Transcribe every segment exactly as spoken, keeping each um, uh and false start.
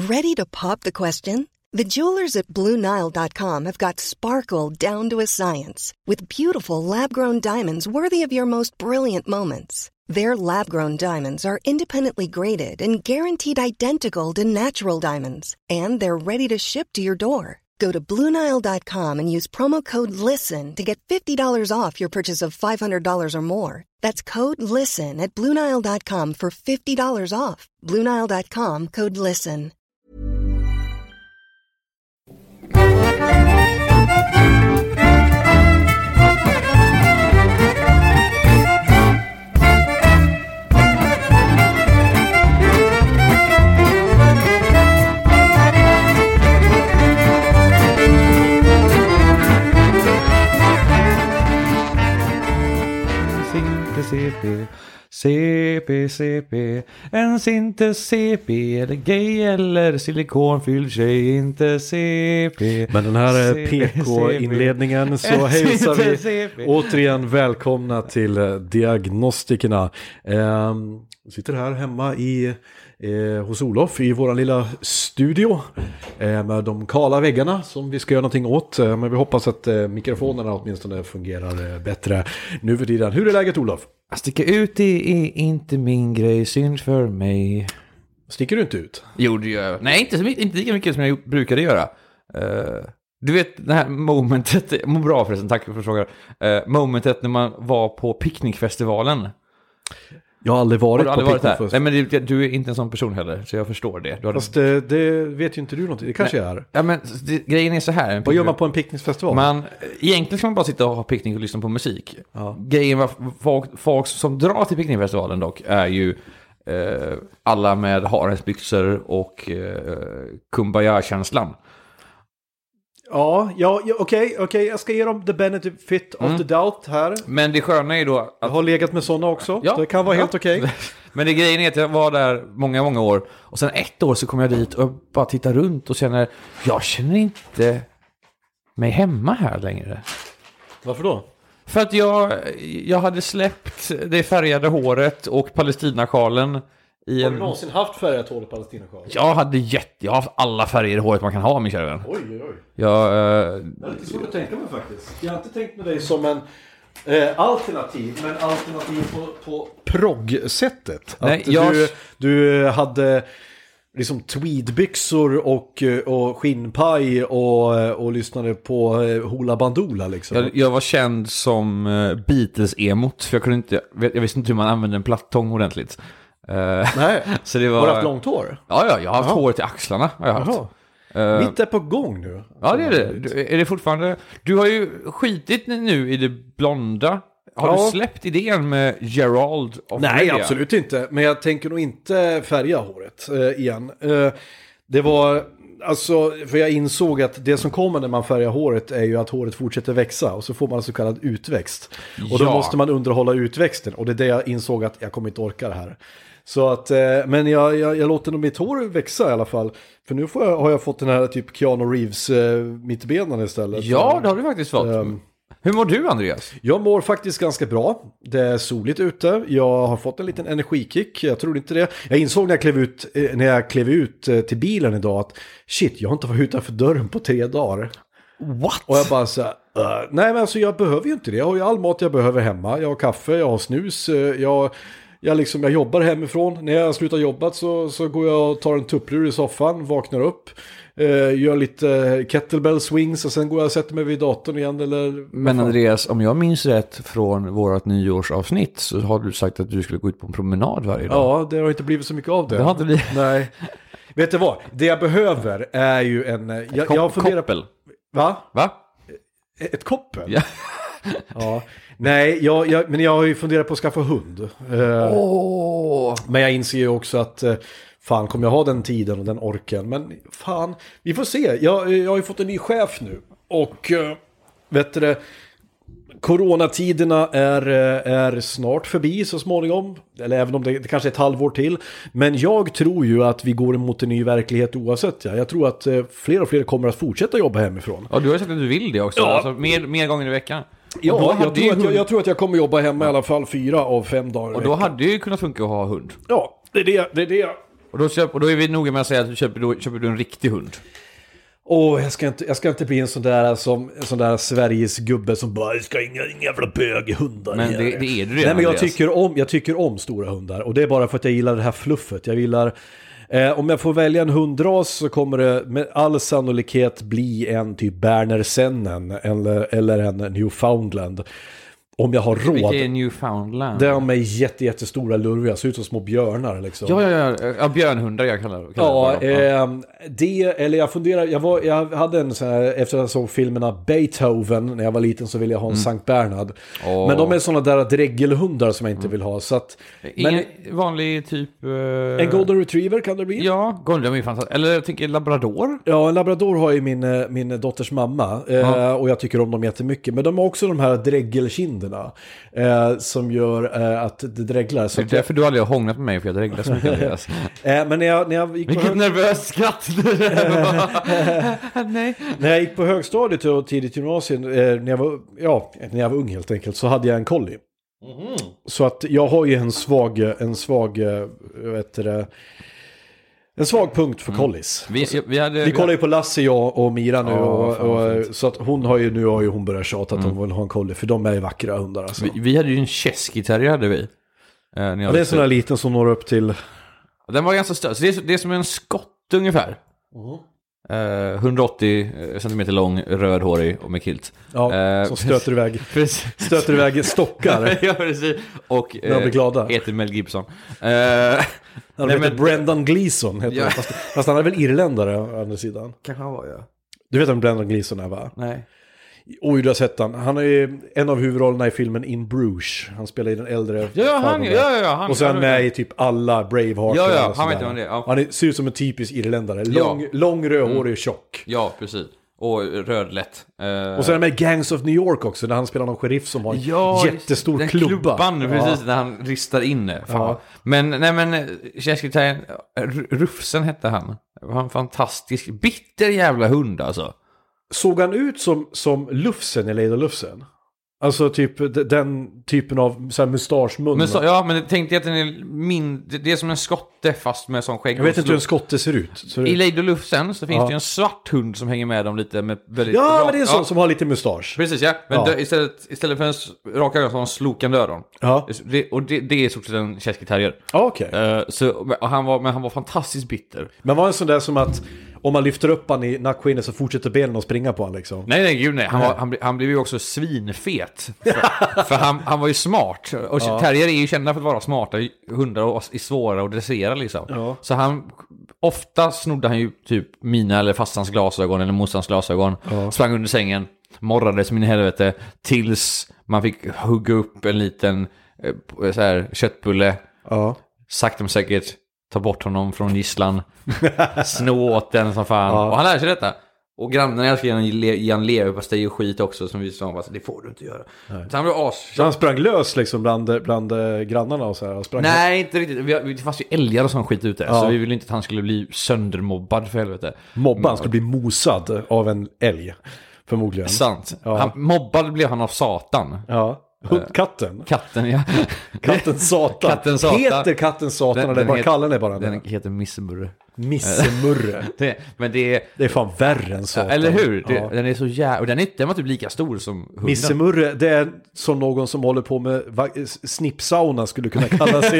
Ready to pop the question? The jewelers at Blue Nile dot com have got sparkle down to a science with beautiful lab-grown diamonds worthy of your most brilliant moments. Their lab-grown diamonds are independently graded and guaranteed identical to natural diamonds, and they're ready to ship to your door. Go to Blue Nile dot com and use promo code LISTEN to get fifty dollars off your purchase of five hundred dollars or more. That's code LISTEN at Blue Nile dot com for fifty dollars off. Blue Nile dot com, code LISTEN. C P, C P, C P, ens inte C P, eller gay eller silikonfylld tjej, inte C P. Men den här P K-inledningen så hälsar vi C P. Återigen välkomna till Diagnostikerna. Ehm, vi sitter här hemma i eh, hos Olof i våran lilla studio eh, med de kala väggarna som vi ska göra någonting åt. Eh, men vi hoppas att eh, mikrofonerna åtminstone fungerar eh, bättre nu för tiden. Hur är läget, Olof? Att sticka ut är inte min grej, synd för mig. Sticker du inte ut? Jo, det gör jag. Nej, inte, så mycket, inte lika mycket som jag brukade göra. Uh, du vet, det här momentet, må bra förresten, tack för frågan. Uh, momentet när man var på picknickfestivalen. Jag har aldrig varit har du på aldrig varit picknickfestivalen. Nej, men det, du är inte en sån person heller, så jag förstår det. Du har Fast det, det vet ju inte du någonting, det kanske Nej. är. Ja, men det, grejen är så här. Vad gör man på en picknickfestival? Man, egentligen ska man bara sitta och ha picknick och lyssna på musik. Ja. Grejen var, folk, folk som drar till picknickfestivalen dock är ju eh, alla med harensbyxor och eh, kumbaya-känslan. Ja, ja, ja okej, okay, okay. Jag ska ge dem the benefit of mm. the doubt här. Men det sköna är då att... Jag har legat med sådana också, ja, det kan vara ja. helt okej. Okay. Men det grejen är att jag var där många, många år. Och sen ett år så kom jag dit och bara tittar runt och känner... Jag känner inte mig hemma här längre. Varför då? För att jag, jag hade släppt det färgade håret och palestinakalen i har en... du någonsin haft färgat hår i palestinakalen? Jag hade jätte... Jag har haft alla färger i håret man kan ha, min kära vän. Oj, oj, oj. Jag, uh... Det är lite svårt att tänka mig faktiskt. Jag har inte tänkt med dig som en eh, alternativ, men alternativ på, på progg-sättet. Nej, att jag... du, du hade... liksom tweedbyxor och, och skinnpaj och, och lyssnade på Hoola Bandoola liksom. Jag, jag var känd som Beatles-emot, för jag kunde inte, jag visste inte hur man använde en plattång ordentligt. Nej, så det var... har du haft långt hår? Ja, ja, jag har haft Jaha. hår till axlarna. Har jag haft. Uh, Mitt är på gång nu. Ja, det är det. Du, är det fortfarande... Du har ju skitit nu i det blonda. Har ja. du släppt idén med Gerald of Nej, Rivia? absolut inte. Men jag tänker nog inte färga håret uh, igen. Uh, det var... Alltså, för jag insåg att det som kommer när man färgar håret är ju att håret fortsätter växa och så får man så kallad utväxt. Och då ja. måste man underhålla utväxten och det är det jag insåg att jag kommer inte orka det här. Så att, eh, men jag, jag, jag låter nog mitt hår växa i alla fall. För nu får jag, har jag fått den här typ Keanu Reeves eh, mittbenan istället. Ja, det har du faktiskt fått. Um, Hur mår du, Andreas? Jag mår faktiskt ganska bra. Det är soligt ute. Jag har fått en liten energikick. Jag tror inte det. Jag insåg när jag klev ut, när jag klev ut till bilen idag att shit, jag har inte varit utanför dörren på tre dagar. What? Och jag bara så här, uh, nej men alltså jag behöver ju inte det. Jag har ju all mat jag behöver hemma. Jag har kaffe, jag har snus. Jag, jag, liksom, jag jobbar hemifrån. När jag slutar jobbat så, så går jag och tar en tupplur i soffan, vaknar upp. Uh, gör lite kettlebell swings och sen går jag och sätter mig vid datorn igen. Eller men Andreas, om jag minns rätt från vårt nyårsavsnitt så har du sagt att du skulle gå ut på en promenad varje dag. Ja, det har inte blivit så mycket av det. Det har inte blivit. Nej. Vet du vad? Det jag behöver är ju en... Jag, Kop- jag funderar koppel. Va? Va? Ett koppel? Ja. Ja. Nej, jag, jag, men jag har ju funderat på att skaffa hund. Uh, oh. Men jag inser ju också att... Uh, fan, kommer jag ha den tiden och den orken? Men fan, vi får se. Jag, jag har ju fått en ny chef nu. Och uh, vet du det, coronatiderna är, är snart förbi så småningom. Eller även om det, det kanske är ett halvår till. Men jag tror ju att vi går emot en ny verklighet oavsett. Ja. Jag tror att uh, fler och fler kommer att fortsätta jobba hemifrån. Ja, du har ju sagt att du vill det också. Ja. Alltså, mer, mer gånger i veckan. Ja, jag tror, att jag, jag tror att jag kommer jobba hemma i alla fall fyra av fem dagar i Och då veckan. hade det ju kunnat funka att ha hund. Ja, det är det, det, är det jag Och då, köp, och då är vi noga med att säga att du köper, då, köper du en riktig hund. Åh, oh, jag, ska inte, jag ska inte bli en sån där, som, en sån där Sveriges gubbe som bara, jag ska inga, inga jävla böghundar. Men det, det är du redan. Nej, men jag tycker, om, jag tycker om stora hundar. Och det är bara för att jag gillar det här fluffet. Jag gillar, eh, om jag får välja en hundras så kommer det med all sannolikhet bli en typ Berner Sennen eller, eller en Newfoundland. Om jag har råd. Vilket är Newfoundland? Det är med jätte, jättestora lurviga, ser ut som små björnar liksom. Ja, ja, ja, ja björnhundar jag kallar det. Ja, eh, det, eller jag funderar, jag, var, jag hade en sån här, efter jag såg filmerna Beethoven, när jag var liten så ville jag ha en mm. Sankt Bernhard. Oh. Men de är såna där dräggelhundar som jag inte mm. vill ha. Så att, Ingen men, vanlig typ... Uh... En golden retriever kan det bli? Ja, golden är fantastiskt. Eller jag tänker labrador. Ja, en labrador har ju min, min dotters mamma. Eh, ja. Och jag tycker om dem jättemycket. Men de har också de här dräggelkinderna. Eh, som gör eh, att det dreglar. Så det är därför jag... du aldrig har hångnat med mig, för jag dreglar så mycket. eh, men när jag, när jag gick Vilket hög... nervöst skratt. Nej. När jag gick på högstadiet och tidigt gymnasiet, eh, när, jag var, ja, när jag var ung helt enkelt, så hade jag en collie. Mm. Så att jag har ju en svag, en svag, vet det, en svag punkt för collies. Mm. Vi, vi, hade, vi kollar ju på Lassie, jag och Mira nu. Oh, och, fan, och, så att hon har ju nu har ju hon börjat tjata att mm. hon vill ha en collie. För de är ju vackra hundar alltså. vi, vi hade ju en Chesky Terrier hade vi. Eh, ja, det är en sån här liten som når upp till... Den var ganska större. Så det är, det är som en skott ungefär. Mm. Eh, hundraåttio centimeter lång, rödhårig och med kilt. Ja, eh, som stöter iväg stöter iväg stockar. Ja, precis. Och eh, blir glada. heter Mel Gibson. Eh, han heter men... Brendan Gleeson heter ja. fast, fast han är väl irländare å andra sidan. Kanske han var, ja. Du vet vem Brendan Gleeson är, va? Nej. Oj, du har sett han. Han är ju en av huvudrollerna i filmen In Bruges. Han spelar i den äldre. Ja, han, ja, ja, ja, han, och sen han, med i typ alla Braveheart. Ja, ja, han vet om det. Ja. Han är, ser ut som en typisk irländare. Lång, ja. lång rödhårig och tjock. Ja, precis. Och rödlätt. Uh... Och sen med Gangs of New York också, där han spelar någon sheriff som har en ja, jättestor den klubba. klubban, ja. Precis, när han ristar in. Ja. Men, nej men, Chesky Terrier, Rufsen hette han. Det var en fantastisk, bitter jävla hund alltså. Såg han ut som, som Lufsen i Leda Lufsen? Alltså typ den typen av så här mustaschmun. Men så, ja, men tänkte jag att den är min, det är som en skotte fast med sån skägg. Jag vet inte hur en skotte ser ut. Så det... I Lady Lufsen så finns ja. det ju en svart hund som hänger med dem lite med väldigt ja, rak... men det är en sån ja. som har lite mustasch. Precis, ja. Men ja. Dö, istället, istället för en raka ögon så har han slokande öron. Ja. Det, och det, det är i stort sett en Chesky Terrier. Ja, okej. Okay. Uh, så, han var, men han var fantastiskt bitter. Men var en sån där som att om man lyfter upp han i nackskinnet så fortsätter benen att springa på han liksom. Nej, nej, gud nej. Han, var, han, han blev ju också svinfet. För, för han, han var ju smart. Och ja. terrier är ju kända för att vara smarta hundar och är svåra att dressera liksom. Ja. Så han, ofta snodde han ju typ mina eller fastans glasögon eller morsans glasögon. Ja. Sprang under sängen, morrade som in i helvete. Tills man fick hugga upp en liten eh, så här, köttbulle. Ja. Sakta men säkert ta bort honom från gisslan. Snå åt den som fan. Ja. Och han lär sig detta. Och grannarna älskar ge han leverpastej och skit också. Som vi sa, alltså, det får du inte göra. Så han blev as. Så han sprang lös liksom bland, bland grannarna och så här. Sprang Nej, inte riktigt. Vi, det fanns ju älgar och sån skit ute. Ja. Så vi ville inte att han skulle bli söndermobbad för helvete. Mobbad, han skulle bli mosad av en älg. Förmodligen. Sant. Ja. Han, mobbad blev han av Satan. Ja. Katten. Katten, ja. Katten Satan. Katten Satan. Heter katten Satan den, eller bara kallar den bara den? Den där. heter Missemurre. Missemurre. det, men det är... Det är fan värre än Satan. Eller hur? Det, ja. Den är så jävla... Och den är, den var typ lika stor som hunden. Missemurre, det är som någon som håller på med snippsauna skulle kunna kalla sin...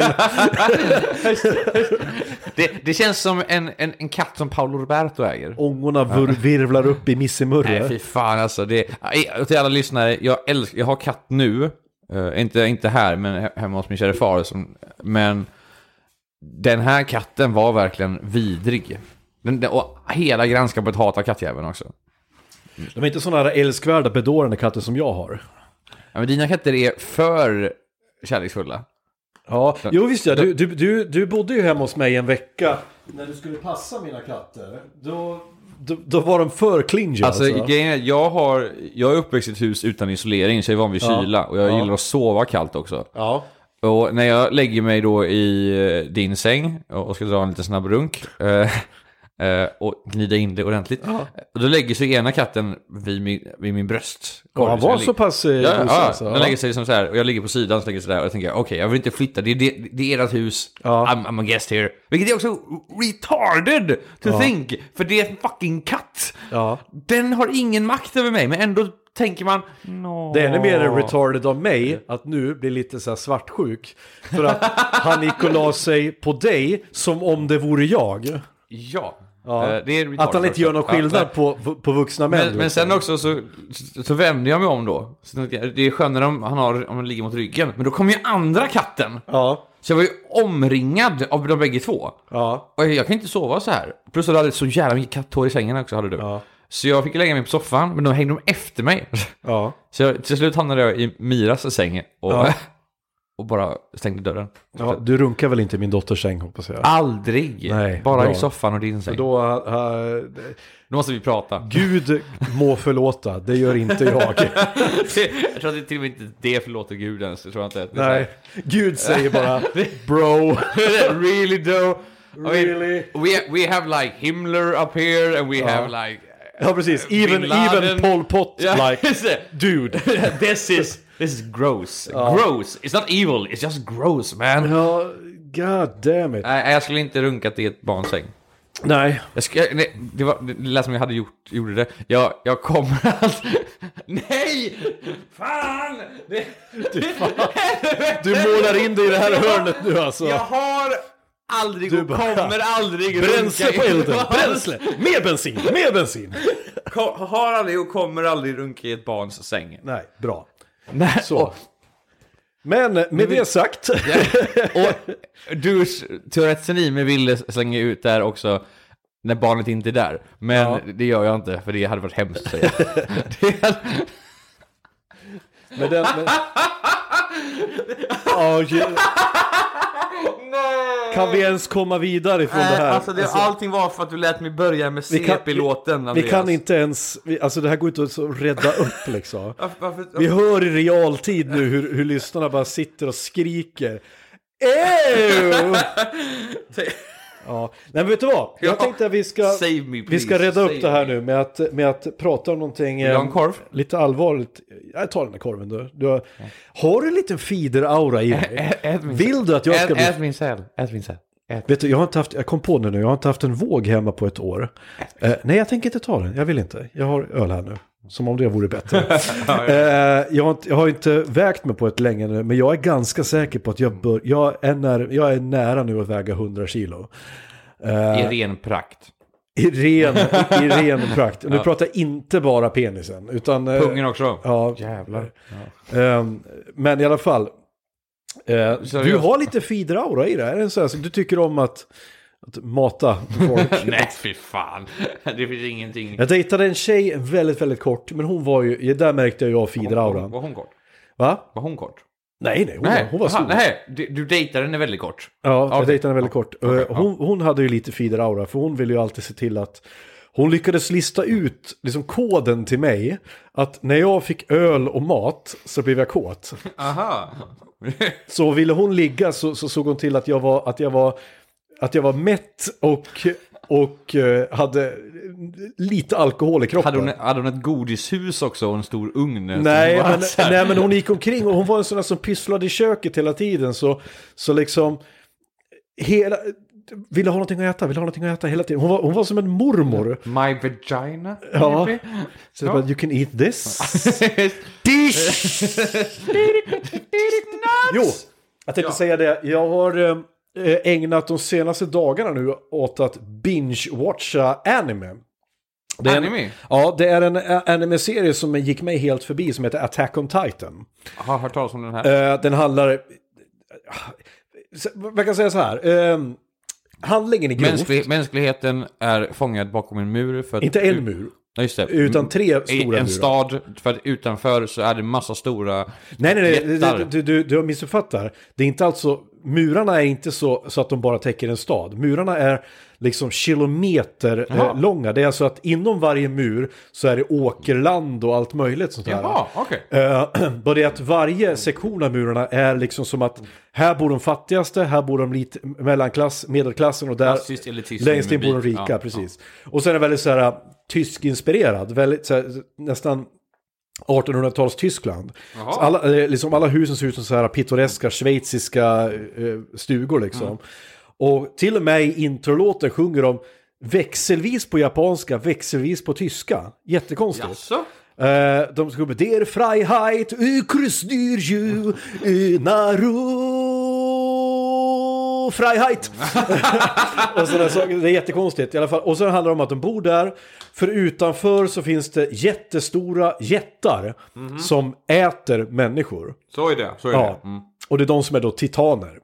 det, det känns som en, en, en katt som Paolo Roberto äger. Ångorna vur, virvlar upp i Missemurre. Nej, fy fan alltså. Det, till alla lyssnare, jag, älskar, jag har katt nu. Uh, inte, inte här, men hemma hos min kära far. Som, men den här katten var verkligen vidrig. Den, den, och hela grannskapet hatar kattjäveln också. De är inte sådana här älskvärda, bedårande katter som jag har. Ja, men dina katter är för kärleksfulla. Ja, jo visst ja. Du, du, du, du bodde ju hemma hos mig en vecka. När du skulle passa mina katter, då... Då, då var de för clingy alltså. alltså. Grejen är, jag, har, jag är uppväxt i ett hus utan isolering, så jag är van vid ja. kyla. Och jag ja. gillar att sova kallt också. Ja. Och när jag lägger mig då i din säng och ska dra en liten snabb runk, eh, Uh, och gnida in det ordentligt. Ja. Och då lägger sig ena katten vid min, vid min bröst. Ja, han var så pass eh, ja, ja, alltså. Den lägger sig som så här. Och jag ligger på sidan så lägger så där. Och jag tänker, okej, okay, jag vill inte flytta. Det är, det, det är ert hus. Ja. I'm, I'm a guest here. Vilket är också retarded to ja. think. För det är en fucking katt. Ja. Den har ingen makt över mig. Men ändå tänker man, no. Det är ännu mer retarded av mig att nu bli lite så här svartsjuk. För att han gick och la sig på dig som om det vore jag. Ja. Ja. Det är att han inte gör någon skillnad ja, på, på vuxna män. Men, men sen också så, så vänder jag mig om då. Så det är skönare om han, har, om han ligger mot ryggen. Men då kommer ju andra katten. Ja. Så jag var ju omringad av de bägge två. Ja. Och jag kan inte sova så här. Plus att du hade så jävla mycket katthår i sängen också, hade du. Ja. Så jag fick lägga mig på soffan, men de hängde de efter mig. Ja. Så jag, till slut hamnade jag i Miras säng och... Ja. Och bara stängde dörren. Ja, du runkar väl inte i min dotters säng, hoppas jag? Aldrig. Nej, bara bra. I soffan och din säng. Så då, uh, då måste vi prata. Gud må förlåta, det gör inte jag. Jag tror att det till och med inte det förlåter Gud ens. Jag tror inte. Det Nej, Gud säger bara, bro. Really though. Really? I mean, we, we have like Himmler up here and we ja. have like... Ja, precis. Even, even Pol Pot, yeah. like, dude. This is... This is gross. Ja. Gross. It's not evil. It's just gross, man. Ja, god damn it. Nej, jag skulle inte runkat i ett barns säng. Nej. Jag ska, nej det, var, det lät som jag hade gjort, gjorde det. Jag, jag kommer att... Nej! Fan! Det, du, fan. Du målar in dig i det här hörnet nu alltså. Jag har aldrig du och bara, kommer aldrig bränsle runka på elden. Bränsle. Mer bensin. Mer bensin. Har aldrig och kommer aldrig runka i ett barns säng. Nej, bra. Nej, så. Men med men vi, det sagt ja, och du Tourettesen i mig ville slänga ut där också när barnet inte är där. Men ja. Det gör jag inte, för det hade varit hemskt att säga. Det hade... Men den... Men... Oh, yeah. Kan vi ens komma vidare från Nej, det här? Alltså, det, alltså, allting var för att du lät mig börja med C P-låten. Vi, vi kan inte ens... Vi, alltså det här går inte att rädda upp liksom. varför, varför, varför? Vi hör i realtid nu hur, hur lyssnarna bara sitter och skriker. Ew! Ja. Nej, men vet du vad? Jag ja. tänkte att vi ska, me, vi ska rädda upp det här nu med att, med att prata om någonting eh, korv? lite allvarligt. Jag tar den här korven då. Du har, ja. har du en liten feeder-aura i dig? Ä, ä, Vill du att jag ska ä, bli... Ät min säl. Ät min säl. Vet du, jag har inte haft, jag kom på det nu, jag har inte haft en våg hemma på ett år. Eh, nej, jag tänker inte ta den. Jag vill inte. Jag har öl här nu. Som om det vore bättre. eh, jag, har inte, jag har inte vägt mig på ett länge nu, men jag är ganska säker på att jag, bör, jag, är, när, jag är nära nu att väga hundra kilo. Eh, I ren prakt. I ren, i, i ren prakt. Nu ja. pratar jag inte bara penisen. Utan, pungen också. Ja. Jävlar. Ja. Eh, men i alla fall. Eh, du har lite feeder-aura i det. Är det så här, så du tycker om att... Att mata folk. Nej, fy fan. Det finns ingenting. Jag dejtade en tjej väldigt, väldigt kort. Men hon var ju, där märkte jag ju feeder-auran. Var hon kort? Va? Var hon kort? Nej, nej, hon, nej. Var, hon var stor. Aha, nej, du, du dejtade henne väldigt kort. Ja, okay. Jag dejtade henne väldigt kort. Okay, hon, ja. hon hade ju lite feeder-aura. För hon ville ju alltid se till att... Hon lyckades lista ut liksom koden till mig. Att när jag fick öl och mat så blev jag kåt. Aha. Så ville hon ligga så, så såg hon till att jag var... Att jag var Att jag var mätt och, och uh, hade lite alkohol i kroppen. Hade hon, hade hon ett godishus också och en stor ugn? Nej men, nej, men hon gick omkring och hon var en sån där som pysslade i köket hela tiden. Så, så liksom, hela, ville ha någonting att äta, ville ha någonting att äta hela tiden. Hon var, hon var som en mormor. My vagina? Ja. Så no? But you can eat this. Dish! Jo, jag tänkte ja. säga det. Jag har... Um, ägnat de senaste dagarna nu åt att binge-watcha anime. Det är anime? En, ja, det är en anime-serie som gick mig helt förbi som heter Attack on Titan. Jag har hört talas om den här. Uh, den handlar... Man kan säga så här. Uh, handlingen är grovt. Mänsklig, mänskligheten är fångad bakom en mur. För att inte en mur. Ja, just det. Utan tre stora en murar. En stad, för att utanför så är det massa stora Nej, nej, nej. Du, du, du har missuppfattat. Det är inte alltså... Murarna är inte så, så att de bara täcker en stad. Murarna är liksom kilometer eh, långa. Det är alltså att inom varje mur så är det åkerland och allt möjligt sånt här. Jaha, okej. Eh, bara det att varje sektion av murarna är liksom som att här bor de fattigaste, här bor de lite mellanklass, medelklassen och där längst in bor de rika, ja, precis. Ja. Och sen är det väldigt så här tysk-inspirerad, väldigt så här, nästan artonhundratals Tyskland. Så alla, liksom alla husen ser ut som så här pittoreska schweiziska eh, stugor liksom. Mm. Och till och med i introlåten sjunger de växelvis på japanska, växelvis på tyska. Jättekonstigt. Jaså? Uh, de ska gå med Der Freiheit, Ukrusdyrju, Naru Freiheit. Och sådär, så, det är jättekonstigt i alla fall. Och så handlar det om att de bor där. För utanför så finns det jättestora jättar mm-hmm. som äter människor. Så är det, så är ja. det. Mm. Och det är de som är då titaner.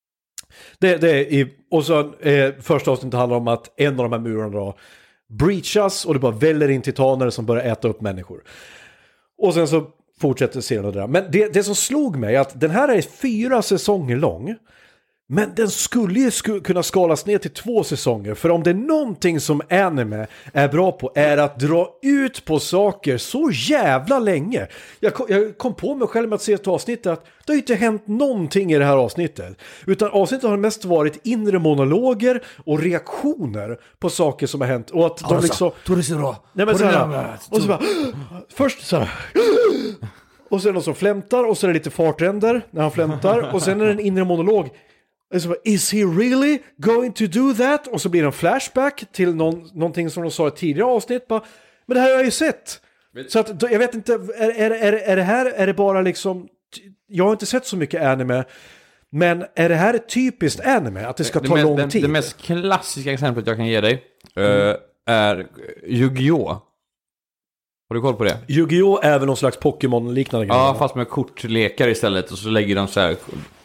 Det, det är i, och så eh, första avsnittet handlar om att en av de här murarna då breachas och det bara väller in titaner som börjar äta upp människor. Och sen så fortsätter serien och det där. Men det, det som slog mig är att den här är fyra säsonger lång. Men den skulle ju sku, kunna skalas ner till två säsonger. För om det är någonting som anime är bra på är att dra ut på saker så jävla länge. Jag kom, jag kom på mig själv med att se ett avsnitt att det har ju inte hänt någonting i det här avsnittet. Utan avsnittet har mest varit inre monologer och reaktioner på saker som har hänt. Och att de liksom... Nej, men så här, och så bara... Först så här... Och så är det någon som flämtar och så är det lite fartränder när han flämtar. Och sen är det en inre monolog. Så, is he really going to do that? Och så blir det en flashback till någon, någonting som de sa i tidigare avsnitt. Bara, men det här har jag ju sett. Så att, jag vet inte, är, är, är, är det här, är det bara liksom, jag har inte sett så mycket anime, men är det här ett typiskt anime? Att det ska det, ta det lång den, tid? Det mest klassiska exemplet jag kan ge dig mm. uh, är Yu-Gi-Oh! Har du koll på det? Yu-Gi-Oh! Är väl någon slags Pokémon-liknande grej? Ja, fast med kortlekar istället. Och så lägger de så här...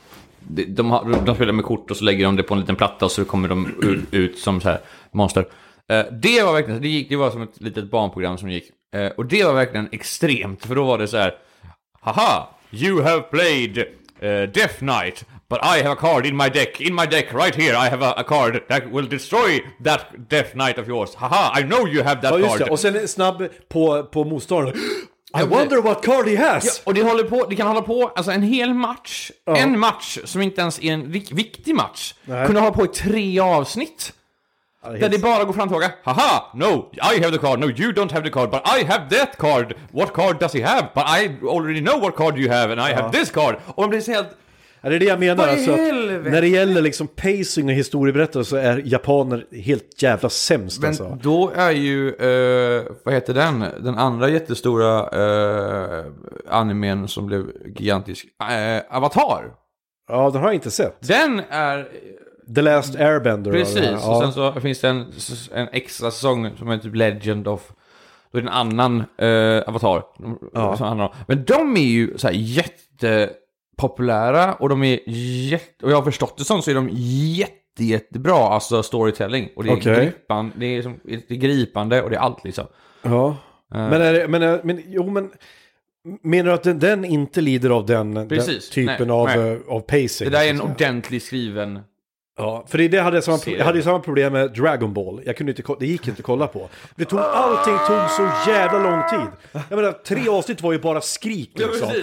De, de, de spelar med kort och så lägger de det på en liten platta och så kommer de ut, ut som så här monster. Uh, det var verkligen... Det, gick, det var som ett litet barnprogram som gick. Uh, och det var verkligen extremt. För då var det så här... Haha! You have played uh, Death Knight. But I have a card in my deck. In my deck right here I have a, a card that will destroy that Death Knight of yours. Haha, I know you have that ja, card. Det. Och sen snabb på, på motståndaren. I wonder what card he has. Ja, och det håller på, det kan hålla på, alltså en hel match. Ja. En match som inte ens är en viktig match. Nej. Kunde hålla på i tre avsnitt. Ja, det där det bara går fram och fråga. Haha, no, I have the card. No, you don't have the card. But I have that card. What card does he have? But I already know what card you have. And I ja. have this card. Och man blir så helt... Ja, det är det jag menar. Alltså, när det gäller liksom pacing och historieberättelse så är japaner helt jävla sämst. Men alltså. Då är ju, eh, vad heter den? Den andra jättestora eh, animen som blev gigantisk. Eh, Avatar. Ja, den har jag inte sett. Den är... The Last Airbender. Precis, ja. och sen så finns det en, en extra säsong som heter typ Legend of... Då är det en annan eh, Avatar. Ja. Som handlar om. Men de är ju så här jätte... populära och de är jätte, och jag har förstått det som så är de jätte, jättebra alltså storytelling och det är, okay. gripan, det är, som, det är gripande och det är allt liksom. Ja. Uh. Men är det, men, men jo men menar du att den, den inte lider av den, Precis. den typen nej, av, nej. av pacing? Det där är en ordentlig skriven. Ja, för det hade jag, samma, jag hade ju samma problem med Dragon Ball. Jag kunde inte, det gick inte att kolla på. Det tog, allting tog så jävla lång tid. Jag menar, tre avsnitt var ju bara skrik liksom. Ja,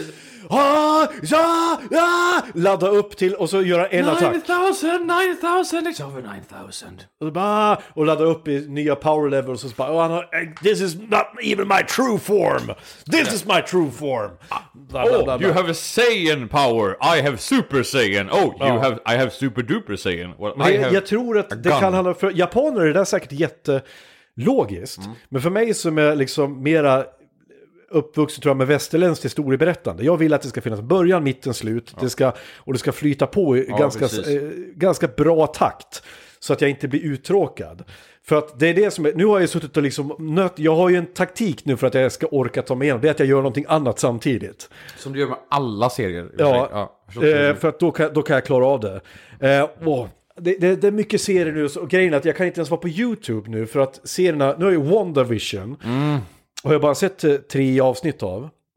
Ah, ja, ja, ladda upp till och så göra en attack. nine thousand, nine thousand, it's over nine thousand. Och, bara, och ladda upp i nya power levels och så bara, och han har, this is not even my true form. This yeah. is my true form. Bla, bla, bla, bla. Oh, you have a Saiyan power. I have super Saiyan. Oh, you ja. have, I have super duper Saiyan. Well, I jag, have jag tror att det kan handla, för japaner är det där säkert jättelogiskt. Mm. Men för mig som är liksom mera uppvuxen tror jag med västerländskt historieberättande. Jag vill att det ska finnas början, mitten, slut. Ja. Det ska, och det ska flyta på i ja, ganska, eh, ganska bra takt. Så att jag inte blir uttråkad. För att det är det som är, nu har jag suttit och liksom nött, jag har ju en taktik nu för att jag ska orka ta mig igenom. Det är att jag gör någonting annat samtidigt. Som du gör med alla serier. Ja, ja eh, för att då kan, då kan jag klara av det. Eh, och det, det, det är mycket serier nu. Och grejen är att jag kan inte ens vara på YouTube nu. För att serierna, nu har ju WandaVision. Mm. Och jag har bara sett tre avsnitt av.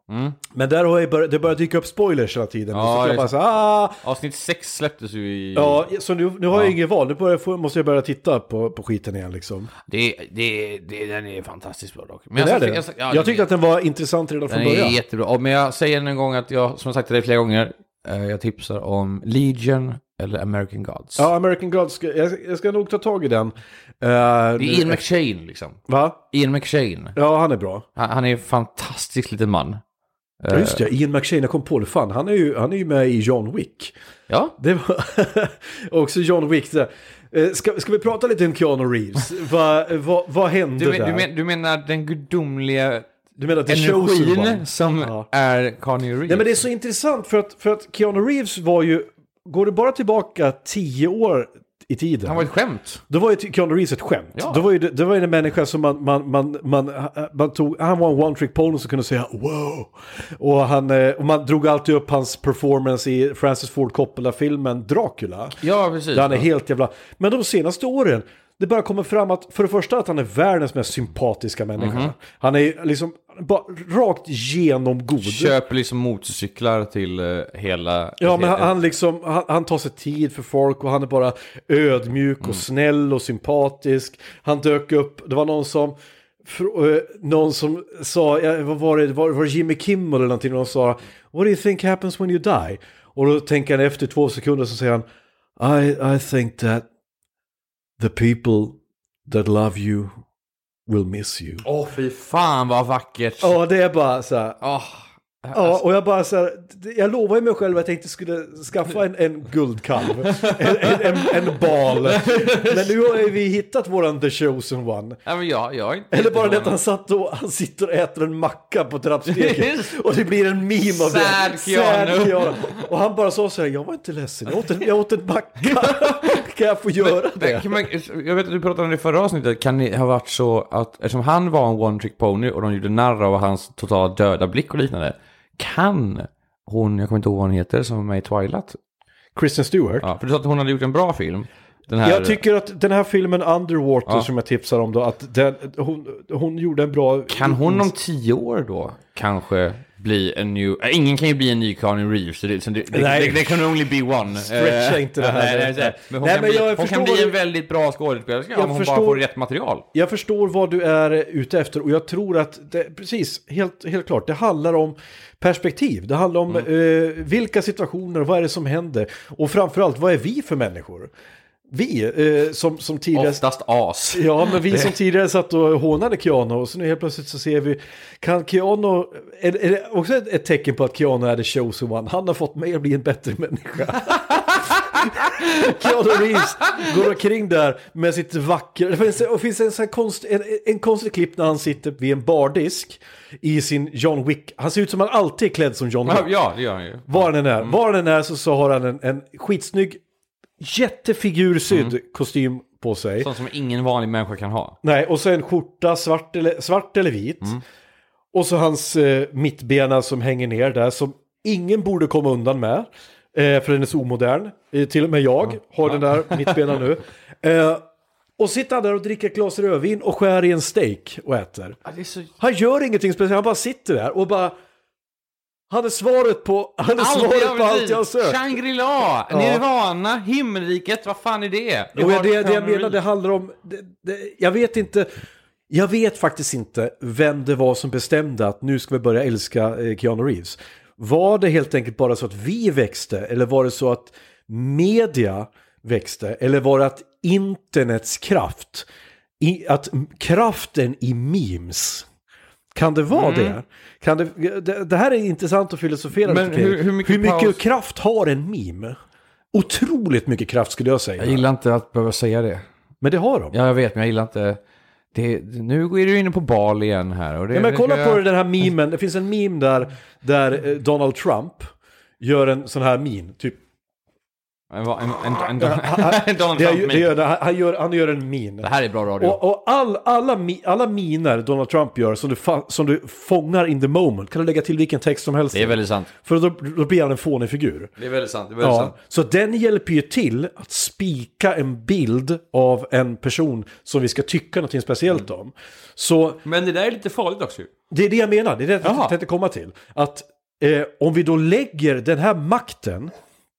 Mm. Men där har jag börjat, det börjar dyka upp spoilers hela tiden. Ja, så jag bara så, ah! Avsnitt sex släpptes ju i... Ja, så nu, nu har ja. jag inget val. Nu börjar, måste jag börja titta på, på skiten igen liksom. Det, det, det, den är fantastiskt bra dock. Men jag, är det. jag, jag, jag tyckte att den var intressant redan från början. Den är jättebra. Men jag säger en gång att jag, som sagt till dig flera gånger, jag tipsar om Legion eller American Gods. Ja, American Gods. Jag, jag ska nog ta tag i den. Uh, det är Ian McShane liksom. Va? Ian McShane. Ja, han är bra. Han, han är en fantastisk liten man. Ja, just det, Ian McShane, jag kom på det, fan, han är ju, han är ju med i John Wick. Ja. Det var också John Wick. Där. Ska, ska vi prata lite om Keanu Reeves? vad, vad, vad hände du, men, där? Du, men, du menar den gudomliga du menar att energin som ja. är Keanu Reeves? Nej, men det är så intressant för att, för att Keanu Reeves var ju, går det bara tillbaka tio år i tiden. Han var ett skämt. Då var ju Keanu Reeves ett skämt. Ja. Då var ju det, det var ju en människa som man, man, man, man, man tog, han var en one-trick pony som kunde säga wow. Och, han, och man drog alltid upp hans performance i Francis Ford Coppola-filmen Dracula. Ja, precis. Där han är ja. helt jävla... Men de senaste åren, det bara kommer fram att för det första att han är världens mest sympatiska människa. Mm-hmm. Han är liksom bara rakt genomgod. Köper liksom motorcyklar till uh, hela... Ja, men han, han liksom, han, han tar sig tid för folk och han är bara ödmjuk och mm. snäll och sympatisk. Han dök upp, det var någon som... För, uh, någon som sa, ja, vad var det, var, var det Jimmy Kimmel eller någonting, och de sa, what do you think happens when you die? Och då tänker han efter två sekunder så säger han, I, I think that the people that love you will miss you. Åh, oh, fy fan vad vackert. Ja, det är bara så här. Oh, ja, och jag bara så här, jag lovade mig själv att jag tänkte skulle skaffa en, en guldkalv. en, en, en, en bal. Men nu har vi hittat våran The Chosen One. Ja, men jag, jag inte Eller bara det att han, satt och, han sitter och äter en macka på trappstegen. Och det blir en meme av det. Sad Keanu. Och han bara sa så här, jag var inte ledsen. Jag åt en, jag åt en macka. Kan jag få göra men, det? Man, jag vet att du pratade om det i förra avsnittet. Kan det ha varit så att eftersom han var en one-trick pony och de gjorde narr av hans totala döda blick och liknande, kan hon, jag kommer inte ihåg vad hon heter, som är med i Twilight, Kristen Stewart. Ja, för du sa att hon hade gjort en bra film. Den här... Jag tycker att den här filmen Underwater ja. som jag tipsar om då, att den, hon, hon gjorde en bra... Kan hon om tio år då kanske bli en ny... Äh, ingen kan ju bli en ny Keanu Reeves, så det, så det, det, det, det kan only be one. Stretcha uh, inte det här. Nej, nej, men hon nej, kan, men bli, hon kan bli en väldigt bra skådespelerska om hon förstår, bara får rätt material. Jag förstår vad du är ute efter och jag tror att, det, precis, helt, helt klart, det handlar om perspektiv. Det handlar om mm. uh, vilka situationer, vad är det som händer? Och framförallt, vad är vi för människor? Vi eh, som, som tidigare... Oftast as. Ja, men vi som tidigare satt och hånade Keanu, och så nu helt plötsligt så ser vi, kan Keanu, är, är det också ett, ett tecken på att Keanu är the chosen one? Han har fått mig att bli en bättre människa. Keanu Reeves går omkring där med sitt vackra... Det finns, det finns en, sån konst, en, en konstig klipp när han sitter vid en bardisk i sin John Wick. Han ser ut som han alltid är klädd som John Wick. Ja, det gör han ju. Var den är, mm. var den är så, så har han en, en skitsnygg jättefigursydd mm. kostym på sig. Sånt som ingen vanlig människa kan ha. Nej, och så en skjorta, svart eller, svart eller vit. Mm. Och så hans eh, mittbena som hänger ner där, som ingen borde komma undan med. Eh, för den är så omodern. Eh, till och med jag mm. har den där mittbena nu. Eh, och sitter han där och dricker ett glas rödvin och skär i en steak och äter. Ja, det är så... Han gör ingenting speciellt, han bara sitter där och bara... Han är svaret på, han är svaret på allt jag sökt. Shangri-La, ja. Nirvana, himmelriket, vad fan är det? Jo, det, det, det jag menar, det handlar om... Det, det, jag vet inte... Jag vet faktiskt inte vem det var som bestämde att nu ska vi börja älska eh, Keanu Reeves. Var det helt enkelt bara så att vi växte? Eller var det så att media växte? Eller var det att internets kraft, i, att kraften i memes... Kan det vara mm. det? Kan det, det? Det här är intressant att filosofera. Men hur, hur mycket, hur mycket kraft har en meme? Otroligt mycket kraft skulle jag säga. Jag gillar inte att behöva säga det. Men det har de. Ja, jag vet, men jag gillar inte... Det, nu är du inne på bal igen här. Och det, ja, men kolla det, på den här memen. Det finns en meme där, där Donald Trump gör en sån här meme. Typ En, en, en, en, en Donald det är, Trump det är, han, gör, han gör en min. Det här är bra radio. Och, och all, alla, mi, alla miner Donald Trump gör som du, fa, som du fångar in the moment kan du lägga till vilken text som helst. Det är väldigt sant. För då, då blir han en fånig figur. Det är väldigt sant. Det är väldigt ja, sant. så den hjälper ju till att spika en bild av en person som vi ska tycka något speciellt om. Så, men det där är lite farligt också. Det är det jag menar. Det är det jag tänkte komma till. Att eh, om vi då lägger den här makten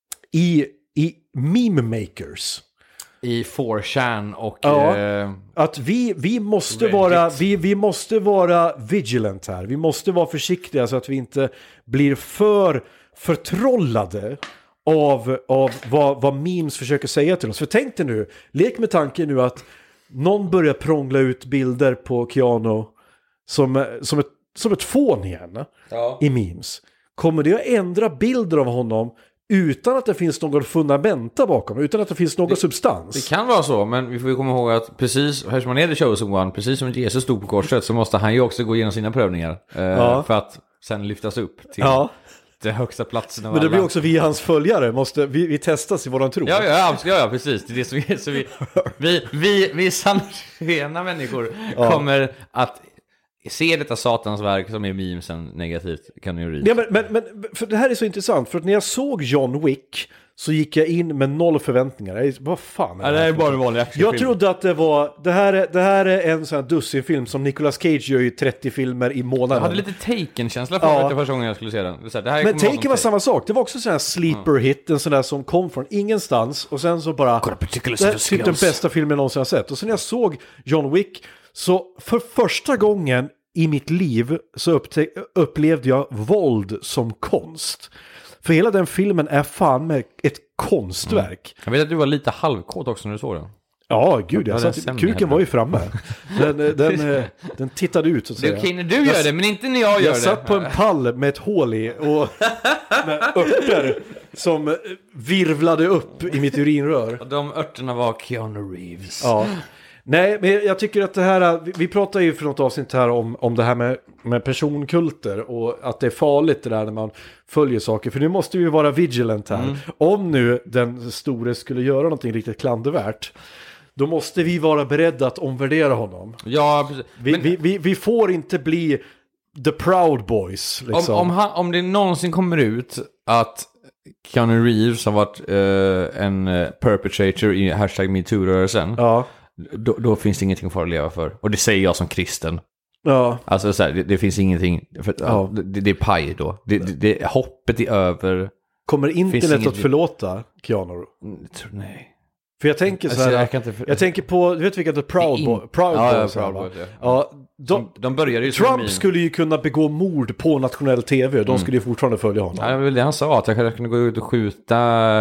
i, i meme makers. I four chan och... Ja, eh, att vi, vi, måste Reddit. vara, vi, vi måste vara vigilant här. Vi måste vara försiktiga så att vi inte blir för förtrollade av, av vad, vad memes försöker säga till oss. För tänk dig nu, lek med tanken nu att någon börjar prångla ut bilder på Keanu som, som, ett, som ett fån igen ja. i memes. Kommer det att ändra bilder av honom utan att det finns någon fundamenta bakom, utan att det finns någon det, substans? Det kan vara så, men vi får ju komma ihåg att precis, här som man är the chosen one, precis som Jesus stod på korset, så måste han ju också gå igenom sina prövningar eh, ja. för att sen lyftas upp till ja. det högsta platsen av Men det alla. blir också vi hans följare, måste, vi, vi testas i våran tro. Ja, ja, ja, ja precis. Det är det som är, så vi, vi, vi, vi sanna människor ja. kommer att se detta satans verk som är memesen negativt, kan ju ris. Ja, men, men, men för det här är så intressant, för att när jag såg John Wick så gick jag in med noll förväntningar. Jag, vad fan är ja, det, det här är bara en vanlig actionfilm. Jag trodde att det var det här är, det här är en sån här dussinfilm som Nicolas Cage gör ju trettio filmer i månaden. Jag hade lite Taken-känsla för ja. det första gången jag skulle se den. Det, det här men Taken var samma sak. Det var också sån här sleeper mm. hit, en sån där som kom från ingenstans och sen så bara det är typ den bästa filmen jag någonsin har sett. Och sen när jag såg John Wick så för första gången i mitt liv så uppte- upplevde jag våld som konst. För hela den filmen är fan med ett konstverk. Mm. Jag vet att du var lite halvkåt också när du såg den. Ja, gud. Jag satt, kuken var ju framme. Den, den, den tittade ut. Så att säga. Det är okej när du gör det, men inte när jag gör jag det. Jag satt på en pall med ett hål i och med örter som virvlade upp i mitt urinrör. Och de örterna var Keanu Reeves. Ja. Nej, men jag tycker att det här, vi, vi pratar ju för något avsnitt här om, om det här med, med personkulter och att det är farligt det där när man följer saker, för nu måste vi vara vigilant här. Mm. Om nu den store skulle göra någonting riktigt klandervärt, då måste vi vara beredda att omvärdera honom. Ja, precis. Vi, men... vi, vi, vi får inte bli the Proud Boys. Liksom. Om, om, han, om det någonsin kommer ut att Keanu Reeves har varit uh, en uh, perpetrator i hashtag MeToo-rörelsen, ja. Då, då finns det ingenting för att leva för. Och det säger jag som kristen. Ja. Alltså så här, det, det finns ingenting. För, ja. det, det är paj då. Det, det, det, hoppet är över. Kommer internet inget... att förlåta Keanu? Nej. För jag tänker så här. Alltså, jag, för... jag tänker på, du vet vilka det är Proud, in... Bo- Proud ja, Boys. Ja, Proud Boys, ja. Ja, de, de började ju Trump skulle ju kunna begå mord på nationell tv. De mm. skulle ju fortfarande följa honom. Ja, det var väl det han sa. Att jag kunde gå ut och skjuta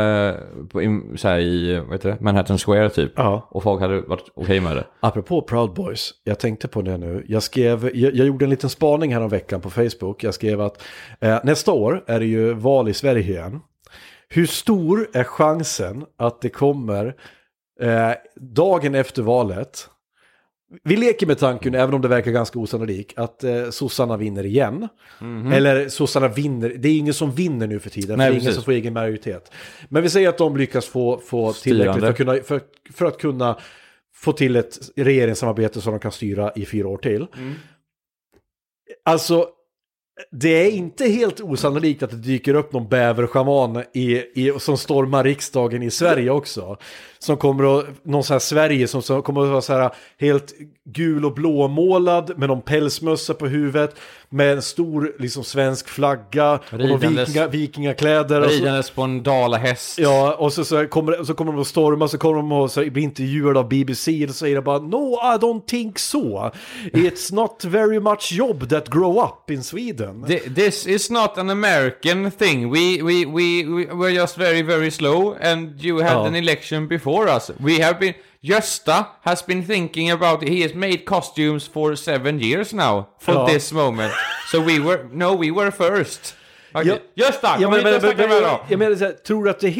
på, så här, i vad heter det? Manhattan Square typ. Ja. Och folk hade varit okej okay med det. Apropå Proud Boys. Jag tänkte på det nu. Jag, skrev, jag, jag gjorde en liten spaning här om veckan på Facebook. Jag skrev att eh, nästa år är det ju val i Sverige igen. Hur stor är chansen att det kommer eh, dagen efter valet... Vi leker med tanken, även om det verkar ganska osannolikt, att eh, sossarna vinner igen. Mm-hmm. Eller sossarna vinner. Det är ingen som vinner nu för tiden. Nej, det är precis. Ingen som får egen majoritet. Men vi säger att de lyckas få, få tillräckligt för att, kunna, för, för att kunna få till ett regeringssamarbete som de kan styra i fyra år till. Mm. Alltså, det är inte helt osannolikt att det dyker upp någon bäverschaman i, i, som stormar riksdagen i Sverige också. Som kommer att, någon sån här Sverige som, som kommer att vara så här helt gul och blåmålad med någon pälsmössa på huvudet, med en stor liksom svensk flagga ridandes, och vikinga, vikingakläder. Ridandes på en dalahäst. Ja, och så, så, kommer, så kommer de att storma, så kommer de att så, bli intervjuade av B B C och säger bara no, I don't think so. It's not very much job that grow up in Sweden. This is not an American thing. We, we, we, we were just very, very slow and you had ja. an election before us. We have been... Gösta has been thinking about it. He has made costumes for seven years now for ja. this moment. So we were... No, we were first. Okay. Ja, Gösta, ja, men, men, men, men, jag menar så här, tror du att det är helt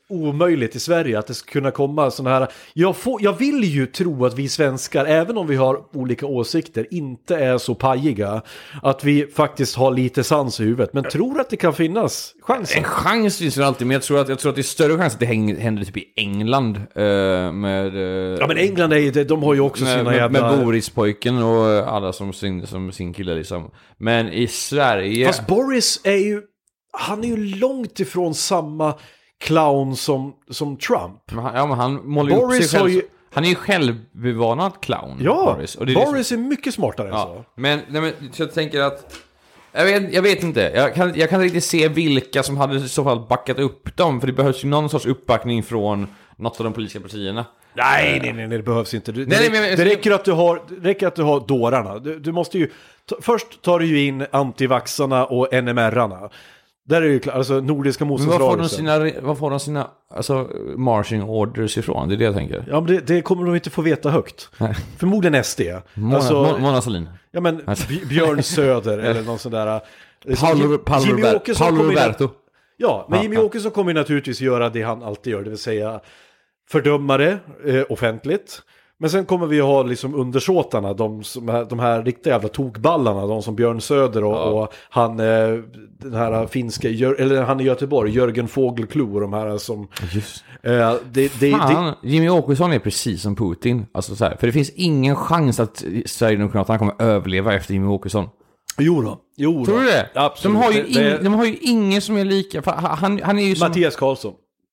omöjligt i Sverige att det ska kunna komma sådana här. Jag, får, jag vill ju tro att vi svenskar, även om vi har olika åsikter, inte är så pajiga. Att vi faktiskt har lite sans i huvudet. Men tror att det kan finnas chanser? En chans finns ju alltid, men jag tror att, jag tror att det är större chans att det hänger, händer typ i England. Uh, med, uh, ja, men England är ju det, de har ju också med, sina med, jävla... Med Boris-pojken och alla som sin, som sin kille liksom. Men i Sverige... Fast Boris är ju... Han är ju långt ifrån samma clown som, som Trump. Men han, ja, men han målar upp sig själv. Ju... Han är ju självbevanad clown. Ja, Boris, och det är Boris liksom... är mycket smartare ja. än så. Men, nej, men så jag tänker att... Jag vet, jag vet inte. Jag kan, jag kan inte riktigt se vilka som hade i så fall backat upp dem. För det behövs ju någon sorts uppbackning från något av de politiska partierna. Nej, nej, nej, nej, det behövs inte. Du, nej, det, nej, men, det, räcker att du har, det räcker att du har dårarna. Du, du måste ju... Ta, först tar du ju in antivaxarna och N M R-arna. Där är ju klart, alltså nordiska motståndsrörelsen. Vad får de sina, vad får de sina alltså, marching orders ifrån? Det är det jag tänker. Ja, men det, det kommer de inte få veta högt. Nej. Förmodligen S D. Mona, alltså, Mona Sahlin. Ja, men Björn Söder eller någon sån där. Paolo, Paolo, Jimmy Åkesson Paolo Roberto. Ja, men ja, Jimmy ja. Åkesson kommer naturligtvis göra det han alltid gör. Det vill säga fördömare eh, offentligt. Men sen kommer vi ha liksom undersåtarna, de, som är, de här riktiga jävla tokballarna, de som Björn Söder och, ja. och han eh, den här finska, eller han i Göteborg, Jörgen Fågelklo och de här som... Just. Eh, det, det, Fan, det, Jimmy Åkesson är precis som Putin. Alltså så här, för det finns ingen chans att Sverigedemokraterna kommer överleva efter Jimmy Åkesson. Jo då, jo då. Tror du det? Absolut. De har ju, det, ing, det, de har ju ingen som är lika... Han, han är ju som... Mattias Karlsson.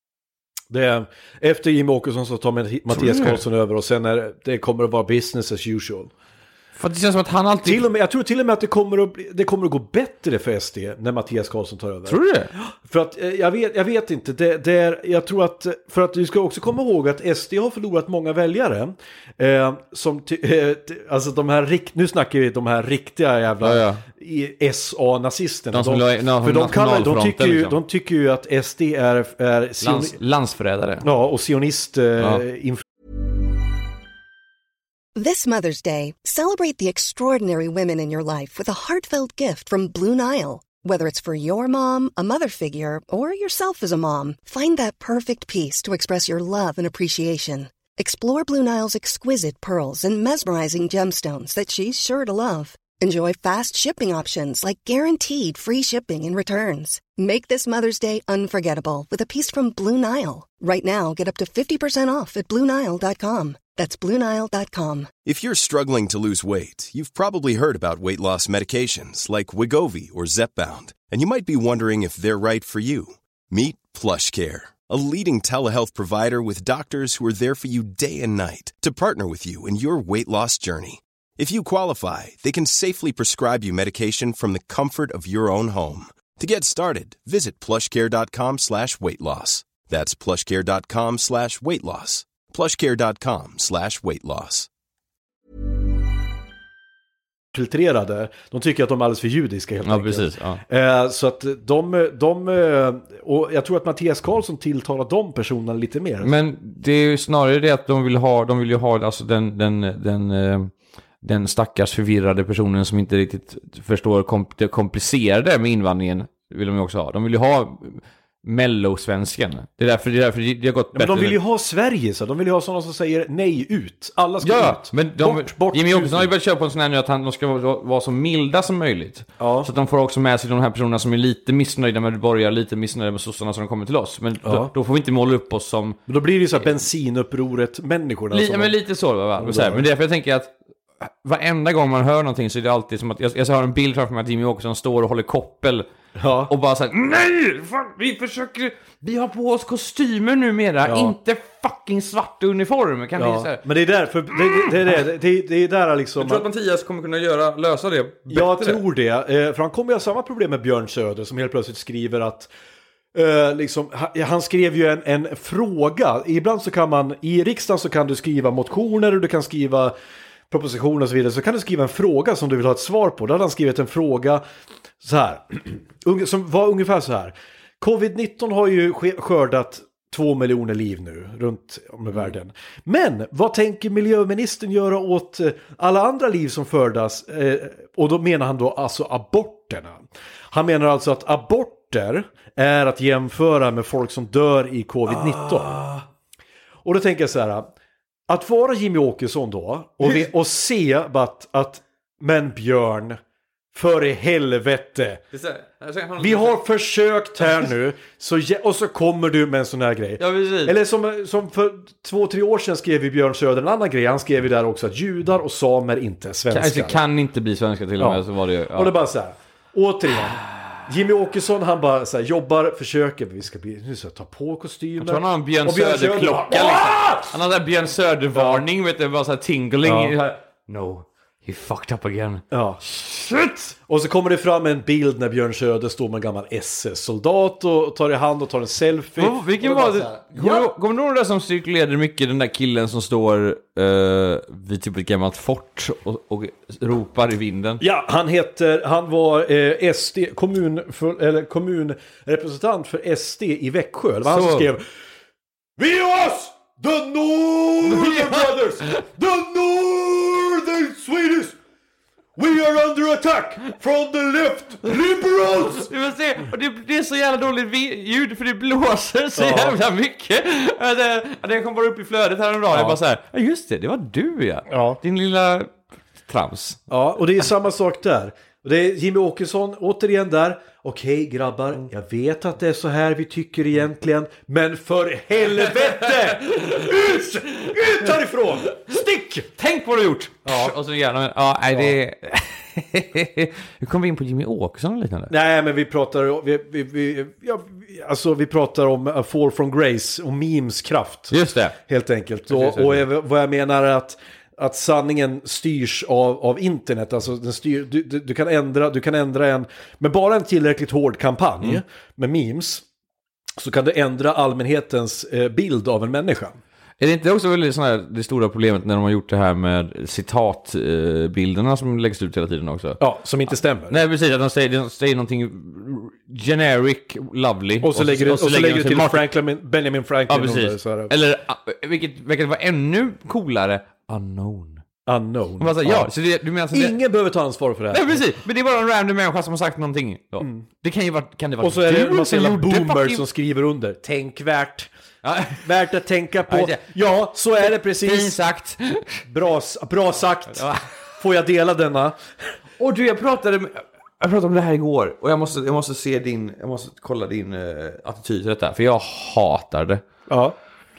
Det är, efter Jimmy Åkesson så tar Mattias Karlsson över och sen är det kommer att vara business as usual. För det känns som att han alltid... Till och med, jag tror till och med att det kommer att, bli, det kommer att gå bättre för S D när Mattias Karlsson tar över. Tror du det? För att, jag vet, jag vet inte, det, det är, jag tror att, för att du ska också komma ihåg att S D har förlorat många väljare. Eh, som, eh, alltså de här, nu snackar vi de här riktiga jävla ja, ja. S A-nazisterna. De, de, de, för de, kallar, de, tycker ju, liksom. de tycker ju att S D är, är sioni- Lands, landsförrädare. Ja, och sionist eh, ja. Inf- This Mother's Day, celebrate the extraordinary women in your life with a heartfelt gift from Blue Nile. Whether it's for your mom, a mother figure, or yourself as a mom, find that perfect piece to express your love and appreciation. Explore Blue Nile's exquisite pearls and mesmerizing gemstones that she's sure to love. Enjoy fast shipping options like guaranteed free shipping and returns. Make this Mother's Day unforgettable with a piece from Blue Nile. Right now, get up to fifty percent off at blue nile dot com. That's blue nile dot com. If you're struggling to lose weight, you've probably heard about weight loss medications like Wegovy or Zepbound, and you might be wondering if they're right for you. Meet PlushCare, a leading telehealth provider with doctors who are there for you day and night to partner with you in your weight loss journey. If you qualify, they can safely prescribe you medication from the comfort of your own home. To get started, visit plushcare.com slash weight loss. That's plushcare.com slash weight loss. plushcare.com slash weight loss. Filtrerade. De tycker att de är alldeles för judiska helt ja, enkelt. Precis, ja. eh, så att de, de... Och jag tror att Mattias Karlsson tilltalar de personerna lite mer. Men det är ju snarare det att de vill ha, de vill ju ha alltså den... den, den den stackars förvirrade personen som inte riktigt förstår kom- det komplicerade med invandringen vill de ju också ha. De vill ju ha mellosvensken. Det är därför det, är därför det har gått ja, bättre. Men de vill ju ha Sverige så. De vill ju ha sådana som säger nej ut. Alla ska ja, ut. Men de, bort, bort, Jimmy Åkesson har ju börjat köra på en sån här nu att han, de ska vara, vara så milda som möjligt. Ja. Så att de får också med sig de här personerna som är lite missnöjda med borgare, lite missnöjda med sossarna som de kommer till oss. Men ja. då, då får vi inte måla upp oss som... Men då blir det ju så här bensinupproret människorna. Li- som men lite så, va? Men, så här, men därför jag tänker att varenda gång man hör någonting så är det alltid som att jag, jag har en bild framför mig att Jimmy Åkesson står och håller koppel ja. och bara säger nej, fan, vi försöker, vi har på oss kostymer numera, ja. inte fucking svart uniform kan ja. vi säga. Men det är därför det, det, det, det, det, det är där liksom. Jag tror att Mattias kommer kunna göra, lösa det bättre. Jag tror det, för han kommer ju ha samma problem med Björn Söder som helt plötsligt skriver att Uh, liksom, han skrev ju en, en fråga. Ibland så kan man, i riksdagen så kan du skriva motioner och du kan skriva propositioner och så vidare. Så kan du skriva en fråga som du vill ha ett svar på. Då hade han skrivit en fråga så här, som var ungefär så här. covid nitton har ju skördat två miljoner liv nu runt om i världen. Men vad tänker miljöministern göra åt alla andra liv som fördas? Eh, och då menar han då alltså aborterna. Han menar alltså att abort sporter är att jämföra med folk som dör i covid nitton. Ah. Och då tänker jag så här, att vara Jimmy Åkesson då och, vi, och se att, att men Björn, för i helvete. Vi har försökt här nu så, och så kommer du med en sån här grej. Ja, eller som, som för två, tre år sedan skrev vi Björn Söder en annan grej. Han skrev ju där också att judar och samer inte är svenskar. Alltså, kan inte bli svenskar till och med. Ja. Så var det, ja. Och det är bara så här, återigen. Jimmy Åkesson, han bara så här, jobbar, försöker, vi ska bli, nu ska jag ta på kostymer. Jag tror han har en Björn, Björn Söder-klocka liksom. Han har en Björn Söder-varning, ja. Vet du, bara så här tingling. Ja. No, he fucked up again. Ja. Shit! Och så kommer det fram en bild när Björn Söder står med en gammal S S-soldat och tar i hand och tar en selfie. Oh, vilken var det? Ja. Kommer du ihåg det som cirkulerade mycket, den där killen som står uh, vid typ ett gammalt fort och, och ropar i vinden? Ja, han heter, han var eh, S D, kommun, för, eller kommunrepresentant för S D i Växjö. Det var han som skrev Vi är oss! The Northern Brothers! The Northern Swedish! We are under attack from the left liberals! Du måste se, och det, det är så jävla dåligt ljud för det blåser så ja. jävla mycket. Det, det kom bara upp i flödet här en dag. Ja. Jag bara så här, ja just det, det var du ja. ja. Din lilla trams. Ja, och det är samma sak där. Och det är Jimmy Åkesson återigen där. Okej grabbar, jag vet att det är så här vi tycker egentligen. Men för helvete! Ut! Ut härifrån! Stick! Tänk vad du har gjort! Ja. Och så gärna, ja, nej det... Hur kom vi in på Jimmy Åkesson eller liknande? Nej, men vi pratar vi, vi, vi, ja, alltså, vi pratar om A Fall from Grace och memes kraft. Just det. Helt enkelt. Och, och vad jag menar är att att sanningen styrs av, av internet. Alltså den styr, du, du, du, kan ändra, du kan ändra en, med bara en tillräckligt hård kampanj mm. med memes, så kan du ändra allmänhetens eh, bild av en människa. Är det inte också väldigt sån här, det stora problemet när de har gjort det här med citatbilderna eh, som läggs ut hela tiden också? Ja, som inte stämmer. Nej, precis. Att de säger, de säger någonting generic, lovely. Och så, och så lägger du till, lägger till Franklin, Benjamin Franklin. Ja, precis. Så här. Eller, vilket, vilket var ännu coolare, unknown. Unknown. Alltså, ja, ja. Så det, du menar så ingen det... behöver ta ansvar för det här. Nej, precis. Men det är bara en random människa som har sagt någonting. Ja. Mm. Det kan ju vara, kan det vara. Och så är det en massa boomers fucking... som skriver under. Tänkvärt. Ja. Värt att tänka på. Ja, så är det precis. Fint sagt. Bra, bra sagt. Ja. Får jag dela denna? Och du, jag pratade med... Jag pratade om det här igår. Och jag måste, jag måste se din... Jag måste kolla din uh, attityd till detta. För jag hatar det. Ja.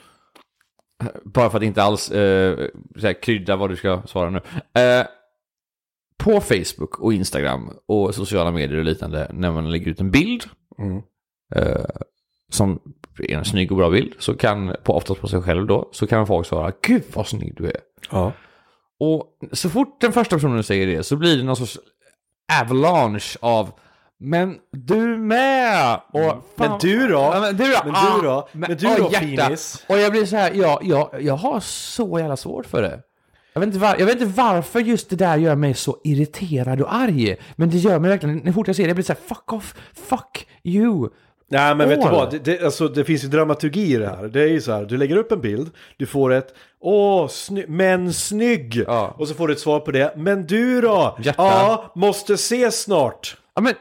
Bara för att inte alls uh, så här, krydda vad du ska svara nu. Uh, på Facebook och Instagram och sociala medier och liknande, när man lägger ut en bild mm. uh, som är en snygg och bra bild, så kan, på, oftast på sig själv då, så kan folk svara, gud vad snygg du är. Ja. Och så fort den första personen säger det, så blir det någon sorts avalanche av men du med! Och fan, men du då? Ja, men du då? Men du då? Ah, men, men du då, hjärta. finis? Och jag blir så här, ja, ja, jag har så jävla svårt för det. Jag vet, inte var, jag vet inte varför just det där gör mig så irriterad och arg. Men det gör mig verkligen, när fort jag ser det, jag blir så här, fuck off, fuck you. Nej, men vet du vad? Det, det, alltså, det finns ju dramaturgi i det här. Det är ju så här, du lägger upp en bild, du får ett åh, sny- men snygg. Ja. Och så får du ett svar på det. Men du då? Hjärta. Ja, måste se snart. Ja, men...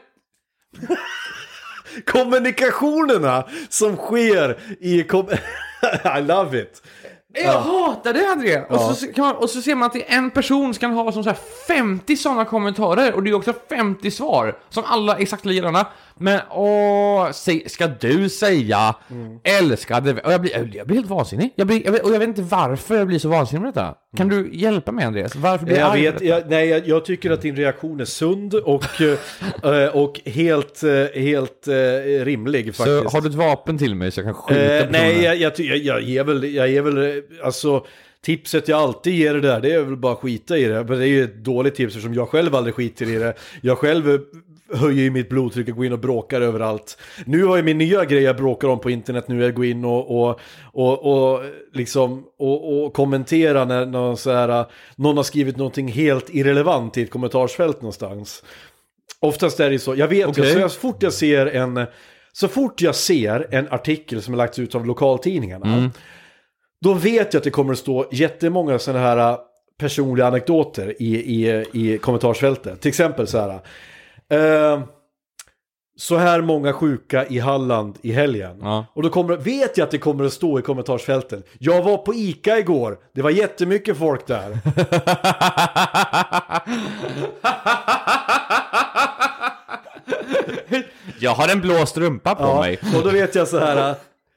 kommunikationerna som sker i... Kom- I love it. Jag ja. hatar det, André. Och, ja. så kan man, och så ser man att det är en person som kan ha som så här femtio sådana kommentarer. Och det är också femtio svar som alla är exakt likadana. Men åh, ska du säga mm. älskade? Och jag blir, jag blir helt vansinnig. Jag blir, jag vet, och jag vet inte varför jag blir så vansinnig med detta. Kan mm. du hjälpa mig, Andreas? Varför blir jag, jag vet, jag, nej, jag, jag tycker att din reaktion är sund och, och helt, helt uh, rimlig faktiskt. Så har du ett vapen till mig så jag kan skjuta uh, personen? Nej, jag, jag, jag, jag ger väl, jag ger väl alltså... Tipset jag alltid ger det där, det är väl bara skita i det. Men det är ju ett dåligt tips som jag själv aldrig skiter i det. Jag själv höjer ju mitt blodtryck och går in och bråkar överallt. Nu har jag min nya grej jag bråkar om på internet nu. Jag går in och, och, och, och, liksom, och, och kommentera när någon, så här, någon har skrivit någonting helt irrelevant i ett kommentarsfält någonstans. Oftast är det så. Jag vet okay. så, så fort jag ser en så fort jag ser en artikel som är lagts ut av lokaltidningarna mm. då vet jag att det kommer att stå jättemånga sådana här personliga anekdoter i, i, i kommentarsfältet. Till exempel så här. Uh, så här många sjuka i Halland i helgen. Ja. Och då kommer, vet jag att det kommer att stå i kommentarsfälten. Jag var på Ica igår. Det var jättemycket folk där. Jag har en blå strumpa på ja, mig. Och då vet jag så här.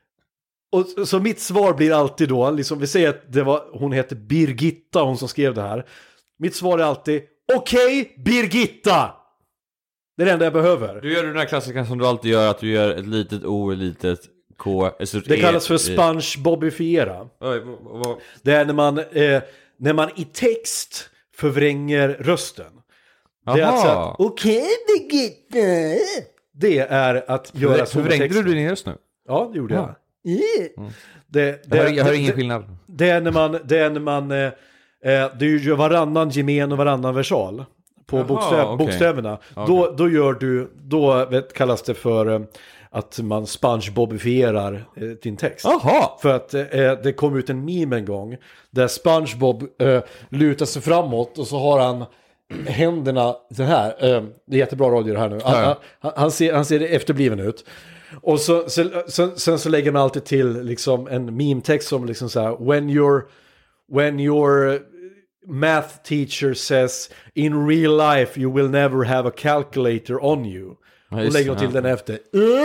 Och så mitt svar blir alltid då, liksom, vi säger att det var, hon heter Birgitta, hon som skrev det här. Mitt svar är alltid, okej, okay, Birgitta! Det är det enda jag behöver. Du gör den här klassiken som du alltid gör, att du gör ett litet O, ett litet K. Ett det e, kallas för SpongeBobifiera. Oj, vad? Det är när man, eh, när man i text förvränger rösten. Det är alltså, okej, okay, Birgitta! Det är att göra så. Förvrängde du din röst nu? Ja, det gjorde ja. jag. Mm. Det, det, jag hör, jag hör det, ingen det, skillnad. Det är när man, det är när man eh, det är ju varannan gemen och varannan versal på Aha, bokstäv, okay. bokstäverna. Okay. Då, då gör du, då vet, kallas det för eh, att man SpongeBobifierar eh, din text. Aha. För att eh, det kom ut en meme en gång där SpongeBob eh, lutar sig framåt och så har han händerna så här. Eh, det är jättebra radio det här nu. Han, ja. han, han, ser, han ser efterbliven ut. Och så, så, så, sen så lägger man alltid till liksom en meme-text som liksom så här: when your, when your math teacher says in real life you will never have a calculator on you. Ja, och lägger man till ja. den efter.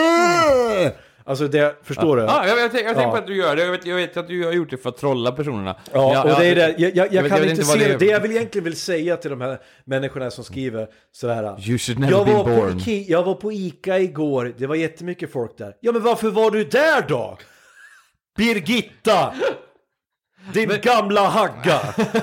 Uh! Alltså det, förstår ja. du? Ja, jag, jag, jag, jag ja. tänker på att du gör det. Jag vet, jag vet att du har gjort det för att trolla personerna. Ja, jag, och jag, det är det. Jag, jag, jag, jag kan vet, inte inte se det. det. Det jag vill egentligen vill säga till de här människorna som skriver så här. You should never jag, be var born. På Ica, jag var på Ica igår. Det var jättemycket folk där. Ja, men varför var du där då? Birgitta! Din men, gamla hagga!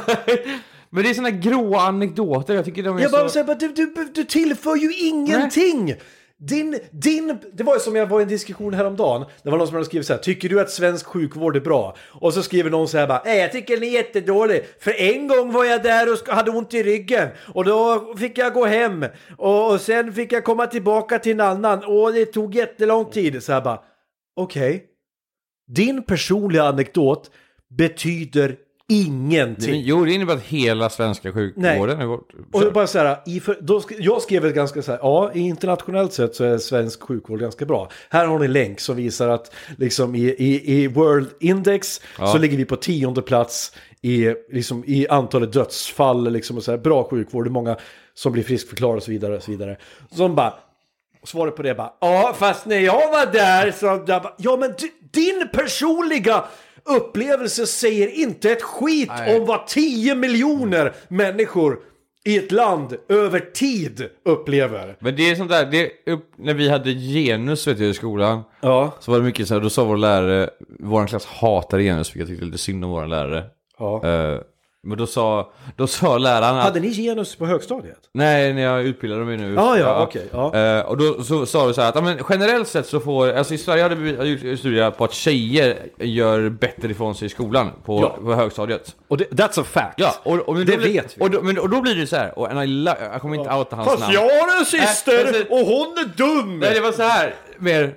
Men det är såna gråa anekdoter. Jag tycker de är jag så... bara säger, du, du, du tillför ju ingenting! Nej. Din, din, det var ju som jag var i en diskussion häromdagen. Det var någon som hade skrivit så här: tycker du att svensk sjukvård är bra? Och så skriver någon så här bara: nej, jag tycker den är jättedålig. För en gång var jag där och hade ont i ryggen. Och då fick jag gå hem. Och, och sen fick jag komma tillbaka till en annan. Och det tog jättelång tid. Så här bara, okej. Okay. Din personliga anekdot betyder ingenting. Men, jo, det innebär att hela svenska sjukvården är bort. Och det bara så här, i för, då, jag skrev ett ganska så här, ja, internationellt sett så är svensk sjukvård ganska bra. Här har ni en länk som visar att liksom i, i, i World Index ja. så ligger vi på tionde plats i, liksom, i antalet dödsfall, liksom, och så här, bra sjukvård, det är många som blir friskförklarade och så vidare och så vidare. Som bara, svaret på det bara, ja, fast när jag var där så, där bara, ja, men d- din personliga upplevelse säger inte ett skit Nej. om vad tio miljoner människor i ett land över tid upplever. Men det är sånt där, det är upp, när vi hade genus vet jag, i skolan, ja. så var det mycket så här, då sa vår lärare, vår klass hatar genus, för jag tyckte lite synd om vår lärare. Ja. Uh, men då sa, då sa läraren att... Hade ni genus på högstadiet? Nej, när jag utbildade mig nu. Ah, ja, okej. Okay, ja. uh, och då så, sa du så här att men generellt sett så får... Alltså i Sverige hade vi gjort studier på att tjejer gör bättre ifrån sig i skolan på, ja. på högstadiet. Och det, that's a fact. Ja, och, och, men det då, vet vi. Och då, men, och då blir det så här, och I lo- jag kommer inte ja. outa hans Fast namn. Fast jag har en syster äh, och hon är dum! Nej, det var så här, mer...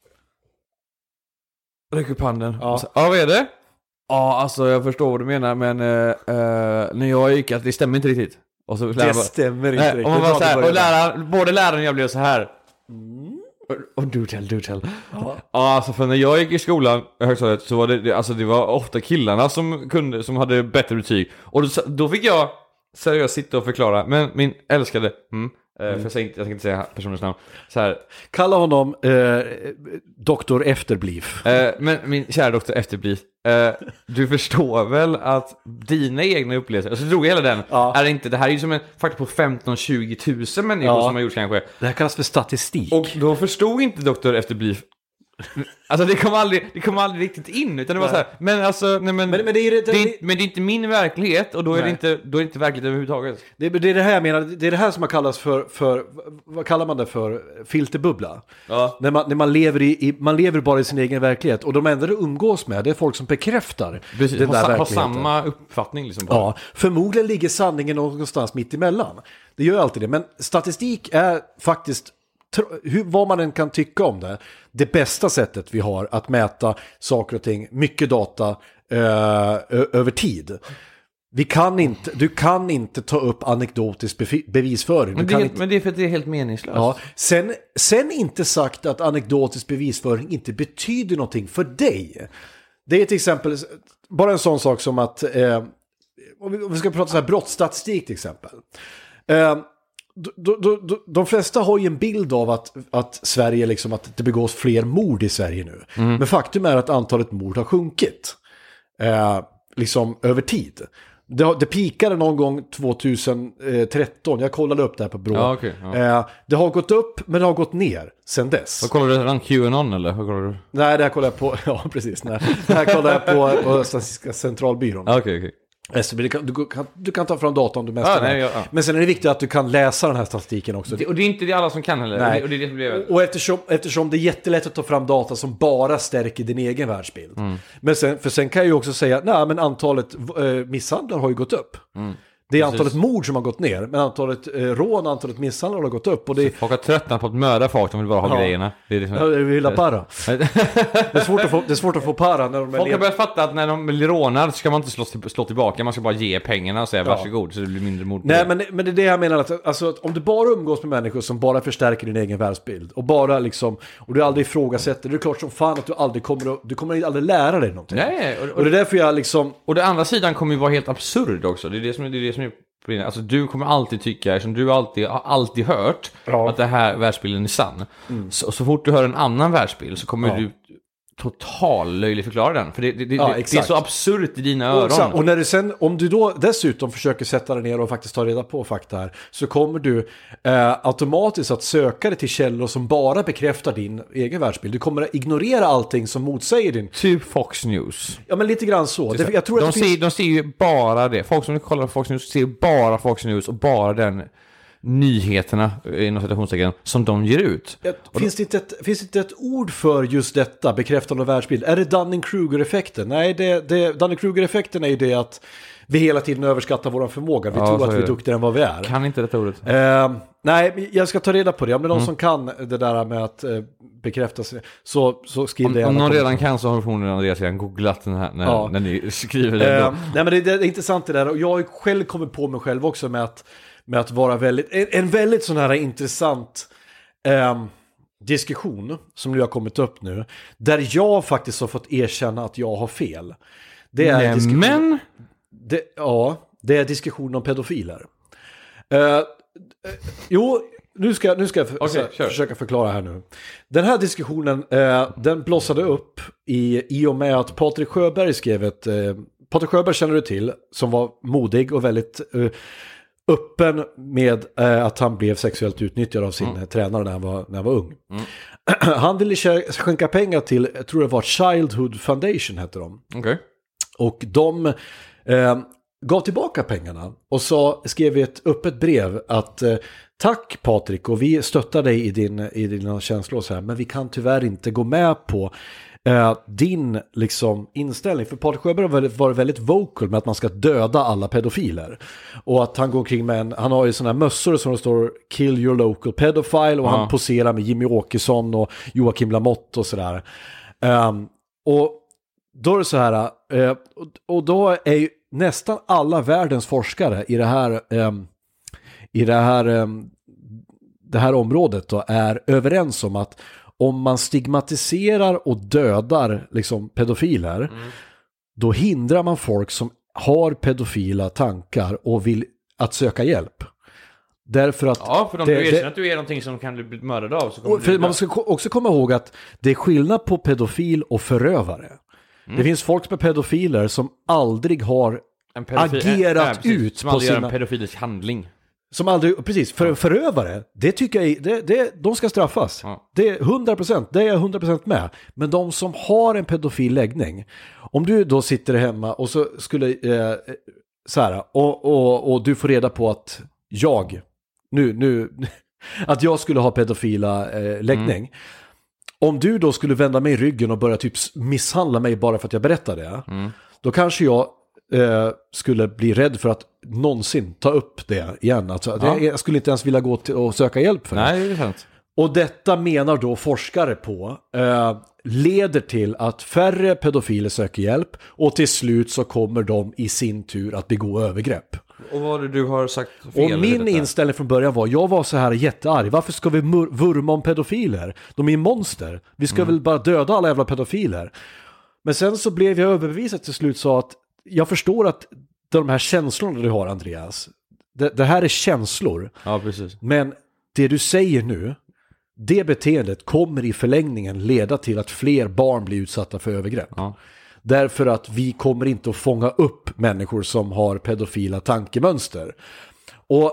Räck upp handen. Ja, så, ja vad är det? Ja, alltså jag förstår vad du menar, men uh, uh, när jag gick att det stämmer inte riktigt. Och så det bara, stämmer inte nej, riktigt. Och, man var så här, och läraren, både läraren och jag blev så här. Mm. Och, och du tell, du tell. Ja. Ja, alltså för när jag gick i skolan i högstadiet så var det, det, alltså det var ofta killarna som kunde, som hade bättre betyg. Och då, då fick jag seriöst sitta och förklara, men min älskade, mm, Mm. För jag, säger inte, jag ska inte säga personens namn. Så här. Kalla honom eh, doktor Efterbliv. Eh, men min kära doktor Efterbliv, eh, du förstår väl att dina egna upplevelser, alltså drog jag hela den, ja. är inte, det här är ju som en faktiskt på femton till tjugo tusen människor ja. som har gjort kanske. Det här kallas för statistik. Och då förstod inte doktor Efterbliv. Alltså det kom aldrig, det kom aldrig riktigt in, utan det var nej. så här, men alltså nej, men, men, men, det är det, det, det, men det är inte min verklighet, och då är det inte, då är det inte verklighet överhuvudtaget. Det, det är det här jag menar, det är det här som man kallas för, för vad kallar man det för, filterbubbla. Ja. När man, när man lever i, i man lever bara i sin egen verklighet, och de enda du umgås med, det är folk som bekräftar Precis, den där har, verkligheten. har samma uppfattning liksom. Ja, förmodligen ligger sanningen någonstans mitt emellan. Det gör alltid det, men statistik är faktiskt, hur, vad man än kan tycka om det, det bästa sättet vi har att mäta saker och ting, mycket data eh, ö- över tid. Vi kan inte, du kan inte ta upp anekdotisk befi- bevisföring. Men det, kan är, inte, men det är för att det är helt meningslöst. ja. sen, sen inte sagt att anekdotisk bevisföring inte betyder någonting för dig. Det är till exempel bara en sån sak som att eh, om, vi, om vi ska prata så här brottsstatistik till exempel. Eh, då, då, då, de flesta har ju en bild av att, att Sverige liksom, att det begås fler mord i Sverige nu. Mm. Men faktum är att antalet mord har sjunkit. Eh, liksom över tid. Det, det pikade någon gång tjugohundratretton. Jag kollade upp det här på Brå. Ja, okay, ja. eh, det har gått upp, men det har gått ner sen dess. Vad kollar du redan? QAnon eller? Vad kollar du? Nej, det här kollar jag på. Ja, precis. Nej. Det här kollar jag på, på Statistiska centralbyrån. Okej, okay, okej. Okay. Du kan, du, kan, du kan ta fram datorn om du mest ja, nej, ja, ja. Men sen är det viktigt att du kan läsa den här statistiken också. Det, och det är inte det alla som kan heller. Nej. Och, det, och, det är det och, och eftersom, eftersom det är jättelätt att ta fram data som bara stärker din egen världsbild. Mm. Men sen, för sen kan jag ju också säga, nej men antalet eh, misshandlar har ju gått upp. Mm. Det är Precis. Antalet mord som har gått ner, men antalet eh, rån, antalet misshandlar har gått upp. Och det... Folk har tröttnat på att mörda folk, de vill bara ha ja. grejerna. Det är det som... ja, det vill ha para. det, är svårt att få, det är svårt att få para. När de folk har börjat fatta att när de blir rånar så ska man inte slå, slå tillbaka, man ska bara ge pengarna och säga ja. varsågod så det blir mindre mord. Nej, men, men det är det jag menar, att, alltså, att om du bara umgås med människor som bara förstärker din egen världsbild och bara liksom, och du aldrig ifrågasätter, det är klart som fan att du aldrig kommer att, du kommer aldrig lära dig någonting. Nej, och, och, och det är därför jag liksom... Och det andra sidan kommer ju vara helt absurd också, det är det som är, det är, det som är alltså du kommer alltid tycka, som du alltid har alltid hört ja. att det här världsbilden är sann. Mm. Så, så fort du hör en annan världsbild så kommer ja. du total löjlig förklara den. För det, det, det, ja, det är så absurt i dina öron. Och, och när du sen, om du då dessutom försöker sätta dig ner och faktiskt ta reda på fakta här, så kommer du eh, automatiskt att söka dig till källor som bara bekräftar din egen världsbild. Du kommer att ignorera allting som motsäger din. Typ Fox News. Ja, men lite grann så. Det, jag tror de, att det ser, finns... de ser ju bara det. Folk som kollar på Fox News ser bara Fox News och bara den nyheterna inom citationstecken som de ger ut. Ett, finns, det inte ett, finns det inte ett ord för just detta, bekräftande av världsbild? Är det Dunning-Kruger-effekten? Nej, det, det, Dunning-Kruger-effekten är ju det att vi hela tiden överskattar vår förmåga. Vi ja, tror att vi är duktigare än vad vi är. Kan inte detta ordet? Eh, nej, jag ska ta reda på det. Om det är någon mm. som kan det där med att eh, bekräfta sig, så, så skriv om, det. Om någon redan kan så har förmodligen Andreas redan googlat den här när, ja. när ni skriver det. Eh, nej, men det, det är intressant det där. Och jag har själv kommit på mig själv också med att med att vara väldigt, en, en väldigt sån här intressant eh, diskussion som nu har kommit upp nu, där jag faktiskt har fått erkänna att jag har fel. Det är diskussion, men det, ja, det är diskussion om pedofiler. Eh, eh, jo, nu ska, nu ska jag för, okay, så, försöka förklara här nu. Den här diskussionen, eh, den blossade upp i, i och med att Patrik Sjöberg skrev ett, eh, Patrik Sjöberg känner du till, som var modig och väldigt eh, öppen med eh, att han blev sexuellt utnyttjad av sin mm. tränare när han var, när han var ung. Mm. Han ville skänka pengar till, jag tror det var Childhood Foundation hette de. Okay. Och de eh, gav tillbaka pengarna och sa, skrev i ett öppet brev att eh, tack Patrik, och vi stöttar dig i, din, i dina känslor så här, men vi kan tyvärr inte gå med på Uh, din liksom inställning, för Patrik Sjöberg var, var väldigt vocal med att man ska döda alla pedofiler, och att han går kring med en, han har ju såna här mössor som det står kill your local pedophile, och ja. han poserar med Jimmy Åkesson och Joakim Lamotte och sådär. Um, och då är det så här, uh, och, och då är ju nästan alla världens forskare i det här um, i det här um, det här området då är överens om att om man stigmatiserar och dödar liksom pedofiler, mm. då hindrar man folk som har pedofila tankar och vill att söka hjälp. Därför att ja, för de det, erkänner det, att du är någonting som kan bli mördad av. Så och för man ska också komma ihåg att det är skillnad på pedofil och förövare. Mm. Det finns folk med pedofiler som aldrig har en pedofil, agerat äh, precis, ut som på sina... sina... en pedofilisk handling. Som aldrig, precis, för en förövare, det tycker jag, det, det, de ska straffas. Ja. Det är hundra procent, det är jag hundra procent med. Men de som har en pedofil läggning, om du då sitter hemma och så skulle, eh, så här, och, och, och du får reda på att jag, nu, nu, att jag skulle ha pedofila eh, läggning. Mm. Om du då skulle vända mig i ryggen och börja typ misshandla mig bara för att jag berättar det, mm. då kanske jag eh, skulle bli rädd för att någonsin ta upp det igen. Alltså, ja. det, jag skulle inte ens vilja gå till och söka hjälp för det. Nej, det är sant. Och detta menar då forskare på eh, leder till att färre pedofiler söker hjälp och till slut så kommer de i sin tur att begå övergrepp. Och vad är det du har sagt fel? Och min inställning från början var, jag var så här jättearg. Varför ska vi mur- vurma om pedofiler? De är monster. Vi ska mm. väl bara döda alla jävla pedofiler. Men sen så blev jag överbevisad till slut så att jag förstår att de här känslorna du har, Andreas, det, det här är känslor. Ja, precis. Men det du säger nu, det beteendet kommer i förlängningen leda till att fler barn blir utsatta för övergrepp. Ja. Därför att vi kommer inte att fånga upp människor som har pedofila tankemönster. Och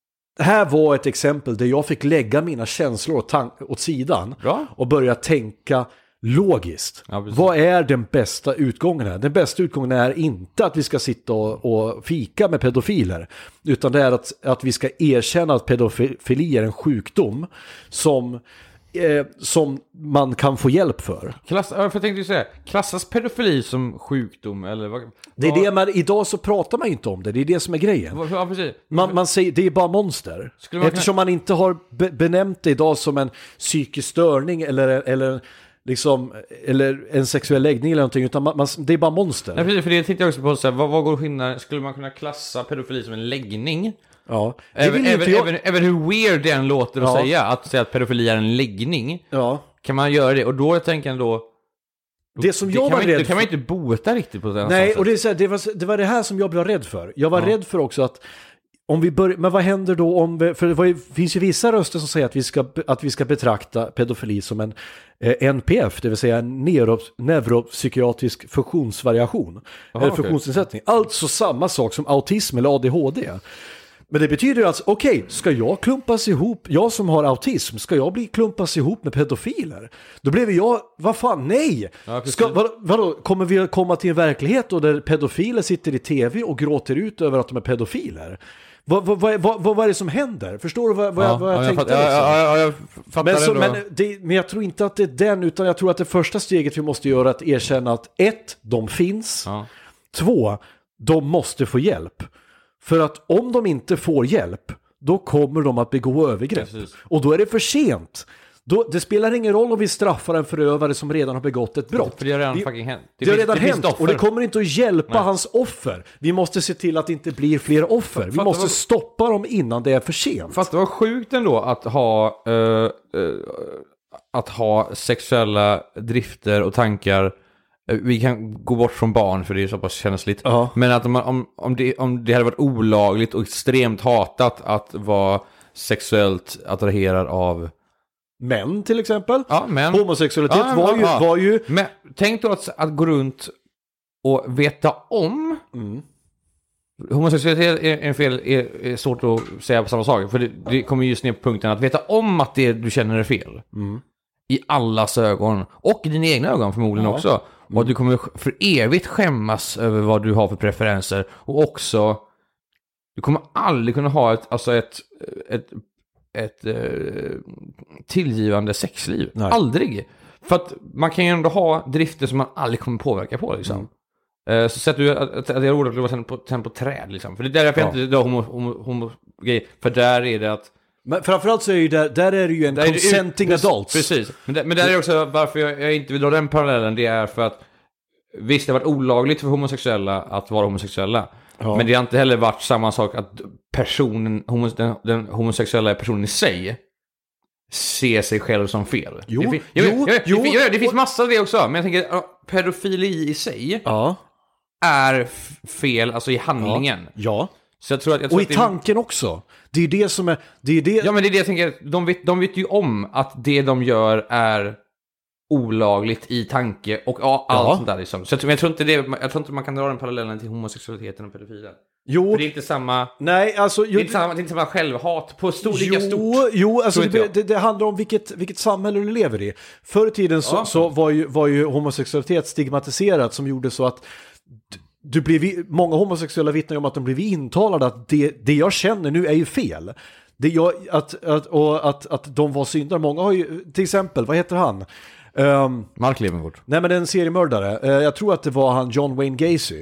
här var ett exempel där jag fick lägga mina känslor åt, tank- åt sidan. Bra. Och börja tänka logiskt. Ja, vad är den bästa utgången här? Den bästa utgången är inte att vi ska sitta och, och fika med pedofiler, utan det är att, att vi ska erkänna att pedofili är en sjukdom som, eh, som man kan få hjälp för. Klass, jag tänkte ju säga, klassas pedofili som sjukdom? Eller vad, det är det man, idag så pratar man ju inte om det, det är det som är grejen. Ja, precis. Man, man säger, det är bara monster. Man Eftersom kunna... man inte har be- benämnt det idag som en psykisk störning eller, eller liksom, eller en sexuell läggning eller någonting, utan man, man, det är bara monster. Nej, precis, för det tänkte jag också på, så här, vad, vad går skillnaden? Skulle man kunna klassa pedofili som en läggning? Ja. Även, även, jag... även, även hur weird den låter att ja. säga, att säga att pedofili är en läggning. Ja. Kan man göra det? Och då tänker jag då... Det som jag det var rädd rädd för... kan man inte bota riktigt på den. Nej, och det, är så här, det, var, det var det här som jag blev rädd för. Jag var ja. rädd för också att om vi börjar, men vad händer då om vi, för det, var ju, finns ju vissa röster som säger att vi ska, att vi ska betrakta pedofili som en eh, N P F, det vill säga en neuro, neuropsykiatrisk funktionsvariation. Aha, eller funktionsnedsättning. Okay. Alltså samma sak som autism eller A D H D. Men det betyder alltså, okej, okay, ska jag klumpas ihop, jag som har autism, ska jag bli klumpas ihop med pedofiler? Då blev jag, vad fan, nej! Ja, ska, vad, vadå, kommer vi att komma till en verklighet då där pedofiler sitter i tv och gråter ut över att de är pedofiler? Vad, vad, vad, vad, vad är det som händer? Förstår du vad, vad, ja, jag, vad jag ja, tänkte? Jag fatt, ja, ja, ja, jag fattar men, så, det men, det, men jag tror inte att det är den, utan jag tror att det första steget vi måste göra är att erkänna att ett, de finns. Ja. Två, de måste få hjälp. För att om de inte får hjälp, då kommer de att begå övergrepp. Precis. Och då är det för sent. Då, det spelar ingen roll om vi straffar en förövare som redan har begått ett brott. För det har redan fucking hänt. Det, det har redan det hänt och det kommer inte att hjälpa Nej. hans offer. Vi måste se till att det inte blir fler offer. Vi måste var... stoppa dem innan det är för sent. Fast det var sjukt ändå att ha, uh, uh, att ha sexuella drifter och tankar. Vi kan gå bort från barn för det är så pass känsligt. Uh-huh. Men att man, om, om, det, om det hade varit olagligt och extremt hatat att vara sexuellt attraherad av män till exempel. Ja, män. Homosexualitet ja, var, ju, ja. var ju... Men tänk då att, att gå runt och veta om... Mm. Homosexualitet är, är, fel, är, är svårt att säga på samma sak. För det, det kommer just ner på punkten att veta om att det du känner är fel. Mm. I allas ögon. Och i dina egna ögon förmodligen ja. också. Mm. Och du kommer för evigt skämmas över vad du har för preferenser. Och också... Du kommer aldrig kunna ha ett... Alltså ett, ett ett eh, tillgivande sexliv. Nej. Aldrig. För att man kan ju ändå ha drifter som man aldrig kommer påverka på liksom. Mm. Eh, så sätter du att, att det är roligt att vara på, på, på träd liksom. För det är därför ja. jag inte har homo, homo, homo grej. För där är det att men framförallt så är ju där, där är det ju en consenting adult. Precis. Men där, men där är det också varför jag, jag inte vill dra den parallellen. Det är för att visst det har varit olagligt för homosexuella att vara homosexuella. Ja. Men det har inte heller varit samma sak att personen, homo, den, den homosexuella personen i sig ser sig själv som fel. Jo, det, fin- jag vet, jo, jag vet, jo, det, det, det finns massa av det också. Men jag tänker, pedofili i sig ja. är f- fel, alltså i handlingen. Ja. ja. Så jag tror att, jag tror och att i tanken det, också. Det är det som är... Det är det... Ja, men det är det jag tänker. De vet, de vet ju om att det de gör är olagligt i tanke och ja, allt ja. sånt där liksom. Så jag, jag tror inte det, jag tror inte man kan dra den parallellen till homosexualiteten och pedofilen. Jo. För det är inte samma. Nej, alltså det är inte samma, det är inte samma självhat på stor, jo, lika stort. Jo, alltså det, det, det handlar om vilket vilket samhälle du lever i. Förr i tiden så, ja. så var ju var ju homosexualitet stigmatiserat som gjorde så att du blev många homosexuella vittnar om att de blev intalade att det det jag känner nu är ju fel. Det jag att att och att att de var syndare. Många har ju till exempel, vad heter han? Um, Mark Levengood. Nej, men en seriemördare. Uh, jag tror att det var han John Wayne Gacy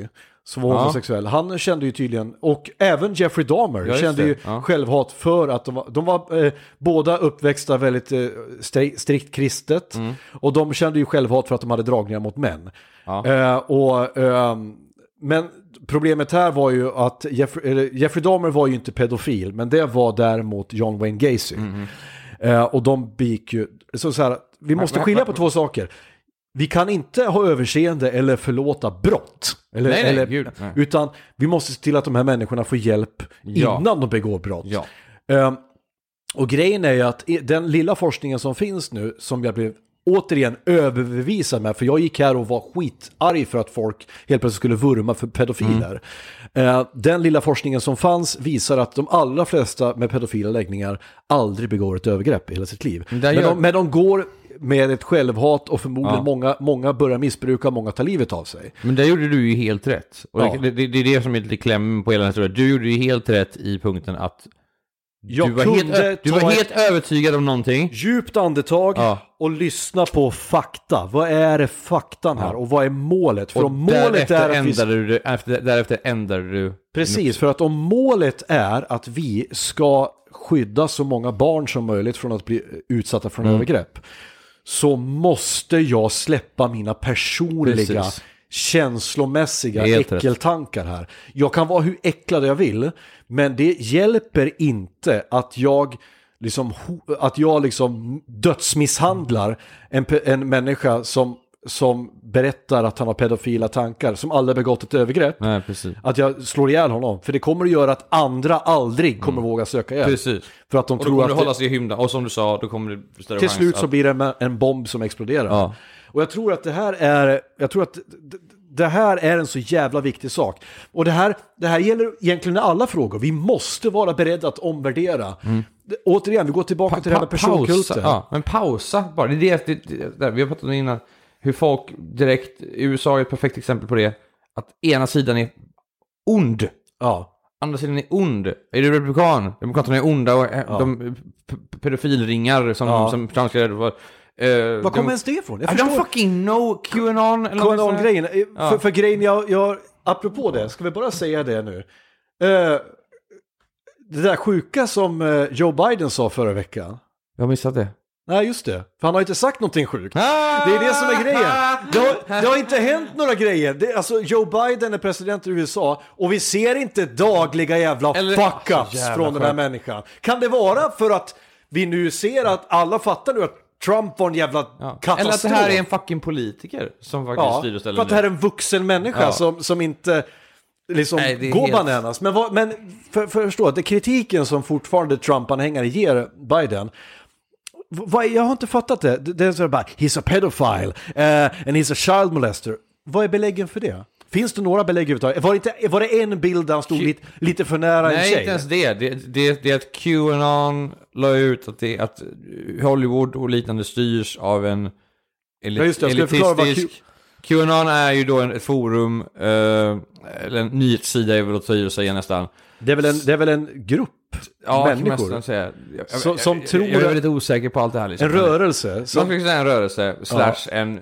som var ja. homosexuell. Han kände ju tydligen, och även Jeffrey Dahmer ja, kände ju ja. självhat för att de var, de var eh, båda uppväxta väldigt eh, strikt kristet mm. och de kände ju självhat för att de hade dragningar mot män. Ja. Eh, och eh, men problemet här var ju att Jeffrey, eller Jeffrey Dahmer var ju inte pedofil, men det var däremot John Wayne Gacy. Mm. Eh, och de begick ju så, så här, vi måste skilja på två saker. Vi kan inte ha överseende eller förlåta brott. Eller, nej, nej, eller, Gud, nej. Utan vi måste se till att de här människorna får hjälp ja. innan de begår brott. Ja. Um, och grejen är ju att den lilla forskningen som finns nu, som jag blev återigen överbevisad med, för jag gick här och var skitarg för att folk helt plötsligt skulle vurma för pedofiler. Mm. Uh, den lilla forskningen som fanns visar att de allra flesta med pedofila läggningar aldrig begår ett övergrepp i hela sitt liv. Men, gör... de, men de går med ett självhat och förmodligen ja. många, många börjar missbruka, många tar livet av sig. Men där gjorde du ju helt rätt. Och ja. det, det, det är det som är lite kläm på hela den historien. Du gjorde ju helt rätt i punkten att jag du var, helt, du var helt övertygad om någonting. Djupt andetag ja. och lyssna på fakta. Vad är det faktan här? Ja. Och vad är målet? För och om målet är att vi... du, efter, därefter ändrar du... Precis, för att om målet är att vi ska skydda så många barn som möjligt från att bli utsatta för mm. övergrepp, så måste jag släppa mina personliga Precis. känslomässiga Helt äckeltankar rätt. här. Jag kan vara hur äcklad jag vill, men det hjälper inte att jag liksom, att jag liksom dödsmisshandlar en, en människa som, som berättar att han har pedofila tankar, som aldrig begått ett övergrepp. Nej, precis. Att jag slår ihjäl honom. För det kommer att göra att andra aldrig kommer mm. våga söka hjälp. Precis. För att de och tror då kommer att det hålla sig i hymda. Och som du sa, då kommer det större till slut att... så blir det en, en bomb som exploderar. Ja. Och jag tror att det här är jag tror att det här är en så jävla viktig sak. Och det här, det här gäller egentligen alla frågor. Vi måste vara beredda att omvärdera. Mm. Återigen, vi går tillbaka pa- till det här med personkulten. Ja, men pausa bara. Det är det, det, det vi har pratat om innan. Hur folk direkt, U S A är ett perfekt exempel på det. Att ena sidan är ond. Ja. Andra sidan är ond. Är du republikan? Republikanerna är onda och ja. de p- pedofilringar som, ja. som framskrider var. Uh, Vad kommer ens det ifrån? Jag I don't fucking know QAnon. QAnon-grejen. Ja. För, för grejen jag, jag... Apropå det, ska vi bara säga det nu. Uh, det där sjuka som uh, Joe Biden sa förra veckan. Jag har missat det. Nej, just det. För han har inte sagt någonting sjukt. Ah, det är det som är grejen. Det har, det har inte hänt några grejer. Det, alltså, Joe Biden är president i U S A och vi ser inte dagliga jävla fuck-ups alltså, från den här människan. Kan det vara för att vi nu ser att alla fattar nu att Trump var en jävla ja. katastrof? Eller att det här är en fucking politiker som faktiskt ja, styr och ställer. För att det här är en vuxen människa ja. som, som inte liksom Nej, går helt... bananas. Men, vad, men för, för att förstå, det kritiken som fortfarande Trump-anhängare ger Biden... Vad, jag har inte fattat det. Det är så bara, he's a pedophile uh, and he's a child molester. Vad är beläggen för det? Finns det några belägg överhuvudtaget? Var det, inte, var det en bild där han stod Q- lite, lite för nära Nej, en tjej? Nej, inte ens det. Det, det. det är att QAnon la ut att, det, att Hollywood och liknande styrs av en elit, ja, just det, elitistisk... Q- QAnon är ju då en, ett forum, uh, eller en nyhetssida är väl att ta säga nästan. Det är väl en, det är väl en grupp ja, människor säga. Jag, som, jag, som jag, tror... Jag är väldigt osäker på allt det här. Liksom. En rörelse. Som... Man skulle säga en rörelse slash ja. en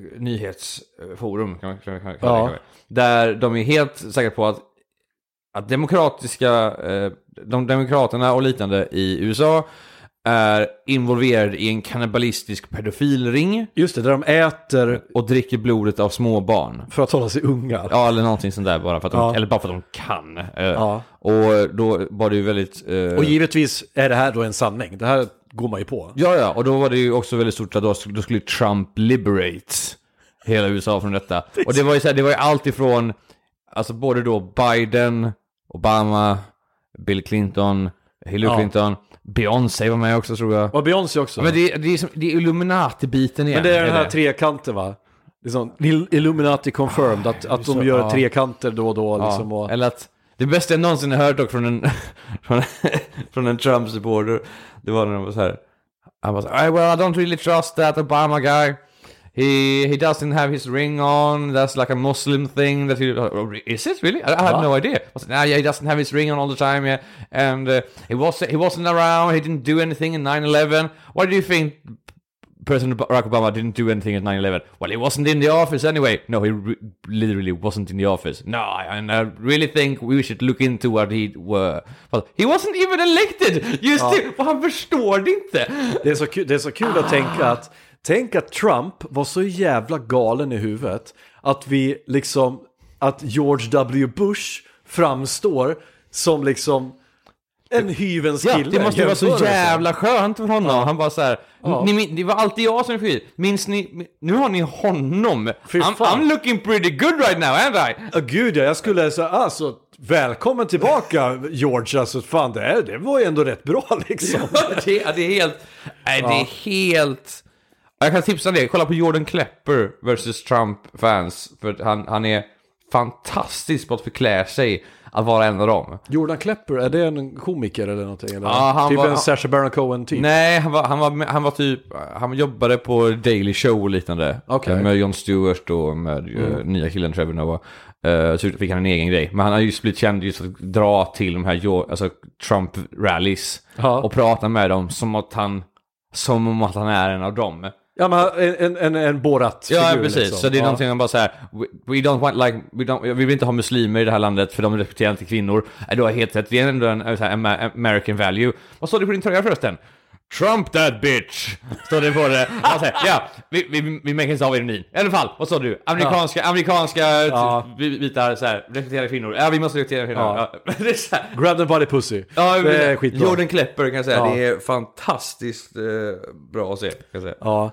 nyhetsforum kan man, kan man, kan man ja. där de är helt säkra på att, att demokratiska eh, de demokraterna och liknande i U S A är involverad i en kannibalistisk pedofilring. Just det, där de äter och dricker blodet av små barn för att hålla sig unga. Ja, eller någonting sånt där bara för att de, ja. eller bara för att de kan. Ja. Och då var det ju väldigt uh... och givetvis är det här då en sanning. Det här går man ju på. Ja, ja, och då var det ju också väldigt stort att då, då skulle Trump liberate hela U S A från detta. Och det var ju så här, det var ju allt ifrån alltså både då Biden, Obama, Bill Clinton, Hillary ja. Clinton, Beyoncé var med också tror jag. Och Beyoncé också. Ja, men det, det är som, det är Illuminati-biten igen. Men det är den här det? trekanten va? Liksom, Illuminati confirmed att, att de gör ja. trekanter då och då. Ja. Liksom, och... Eller att det bästa jag någonsin har hört dock från en, från, från en Trump-supporter, det var när de var så här. Han var så här, well I don't really trust that Obama guy. He he doesn't have his ring on. That's like a Muslim thing. That he, is it really? I, I had no idea. I was like, nah, yeah, he doesn't have his ring on all the time. Yeah, and uh, he was he wasn't around. He didn't do anything in nine eleven. Why do you think President Barack Obama didn't do anything at nine eleven. Well, he wasn't in the office anyway. No, he re- literally wasn't in the office. No, and I really think we should look into what he were. Well, he wasn't even elected. Just ja. det, han förstår det inte. Det är så kul, det är så kul ah. att tänka att tänk att Trump var så jävla galen i huvudet att vi liksom att George W. Bush framstår som liksom en hyvens kille. Ja, det måste ju vara så jävla skönt för honom. Ja. Han bara så här, ja. ni, det var alltid jag som fyr. Minns ni, nu har ni honom. I'm, I'm looking pretty good right now, aren't I? Ja, oh, gud, ja, jag skulle säga, alltså, välkommen tillbaka, George. Alltså, fan, det, är, det var ju ändå rätt bra, liksom. Ja, det, det är helt, nej, ja. det är helt... Jag kan tipsa dig, kolla på Jordan Klepper versus Trump-fans. För han, han är fantastisk på att förklä sig att vara en av dem. Jordan Klepper, är det en komiker eller någonting? Eller? Ja, han typ var, en Sacha Baron Cohen typ? Nej, han var, han var, han var typ, han jobbade på Daily Show och liknande. Okay. Med Jon Stewart och med mm. uh, nya killen Trevor Noah. Uh, så fick han en egen grej. Men han har just blivit känd just att dra till de här alltså, Trump-rallies och prata med dem som att han, som om att han är en av dem. Ja, men en, en, en Borat figur, ja, precis. Liksom. Så det är ja. någonting man bara så här, we, we don't want like we don't, vi vill inte ha muslimer i det här landet för de respekterar inte kvinnor. Nej, då är helt rätt. Det är ändå en, en, en American value. Vad står det på din tröja förresten? Trump that bitch. Står det på det. Alltså, ja, vi vi vi märker inte av ironin. I alla fall, vad sa du? Amerikanska ja. amerikanska ja. vita så här, respektera kvinnor. Ja, vi måste respektera kvinnor. Ja. Ja. Det är så här. Grab the body pussy. Ja, det är skitbra. Jordan Klepper kan jag säga. Ja. Det är fantastiskt eh, bra att se, kan jag säga. Ja.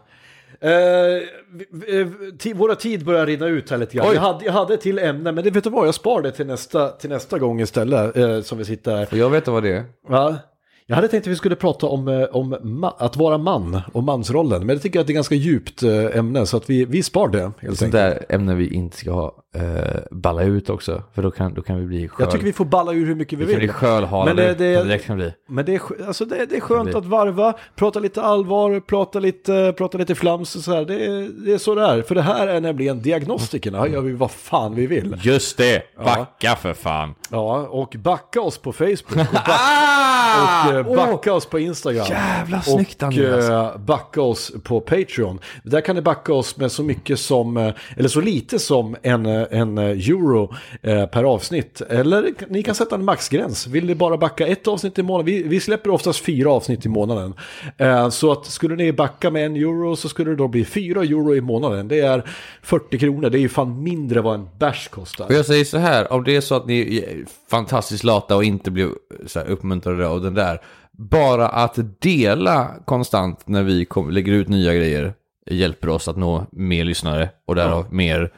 Uh, t- våra tid börjar rinna ut här lite grann. Jag hade, jag hade till ämne, men det vet du vad, jag sparar det till nästa, till nästa gång istället uh, som vi sitter här. Och jag vet vad det är. Ja. Jag hade tänkt att vi skulle prata om, om ma- att vara man och mansrollen, men jag tycker att det är ganska djupt uh, ämne, så att vi, vi spar det helt sånt där ämne vi inte ska ha uh, balla ut också, för då kan, då kan vi bli sköl. Jag tycker vi får balla ur hur mycket vi, vi vill. Vi kan bli skölhalade, men det, det, det kan bli. Men det är, alltså det, det är skönt att varva, prata lite allvar, prata lite, prata lite flams och så här. Det är, det är så där, för det här är nämligen diagnostikerna. Här gör vi vad fan vi vill. Just det, backa ja. för fan. Ja, och backa oss på Facebook. Och backa, ah! och, uh, backa oh! oss på Instagram. Jävla snyggt, och uh, backa oss på Patreon. Där kan ni backa oss med så mycket som, uh, eller så lite som en, en euro uh, per avsnitt. Eller ni kan sätta en maxgräns. Vill ni bara backa ett avsnitt i månaden? Vi, vi släpper oftast fyra avsnitt i månaden. Uh, så att skulle ni backa med en euro så skulle det då bli fyra euro i månaden. Det är fyrtio kronor. Det är ju fan mindre vad en bärs kostar. Och jag säger så här, om det är så att ni är fantastiskt lata och inte blir så här uppmuntrade av den där, bara att dela konstant när vi kom, lägger ut nya grejer hjälper oss att nå mer lyssnare och därav ja. mer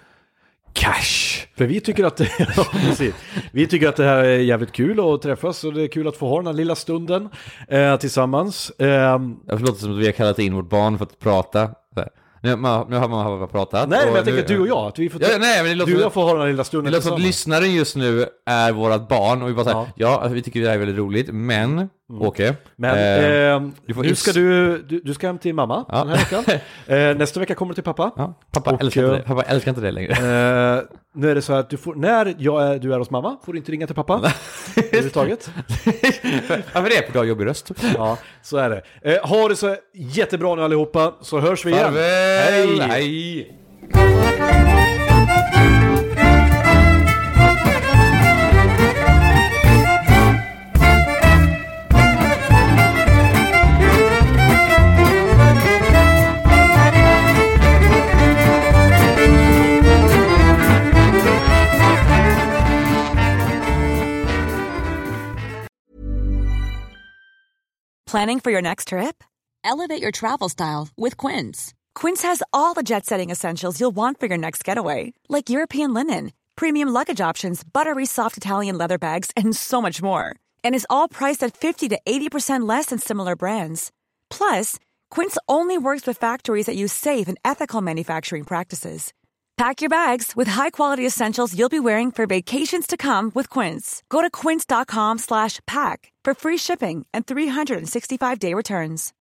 cash. För vi tycker att ja, vi tycker att det här är jävligt kul att träffas och det är kul att få ha den här lilla stunden eh, tillsammans. Eh, jag förlåter som att vi har kallat in vårt barn för att prata. Nu, man, nu har man pratat. Nej, men jag nu, tänker att du och jag. Att vi får, ja, nej, men det du och jag får ha den här lilla stunden tillsammans. Det låter som att lyssnaren just nu är vårat barn. Och vi bara säger, ja, ja alltså, vi tycker det här är väldigt roligt. Men, mm. okej. Okay. Men, eh, eh, du, får nu ska du, du, du ska hem till mamma ja. den här veckan. eh, nästa vecka kommer du till pappa. Ja, pappa, och, älskar inte det. pappa älskar inte det längre. Eh, nu är det så att du får, när jag är, du är hos mamma får du inte ringa till pappa. Överhuvudtaget. Varför det? För du har jobbig röst. Ja, så är det. Eh, ha det så jättebra nu allihopa. Så hörs vi igen. Farväl. Hej! Hej! Planning for your next trip? Elevate your travel style with Quince. Quince has all the jet-setting essentials you'll want for your next getaway, like European linen, premium luggage options, buttery soft Italian leather bags, and so much more. And is all priced at fifty to eighty percent less than similar brands. Plus, Quince only works with factories that use safe and ethical manufacturing practices. Pack your bags with high-quality essentials you'll be wearing for vacations to come with Quince. Go to quince.com slash pack for free shipping and three sixty-five day returns.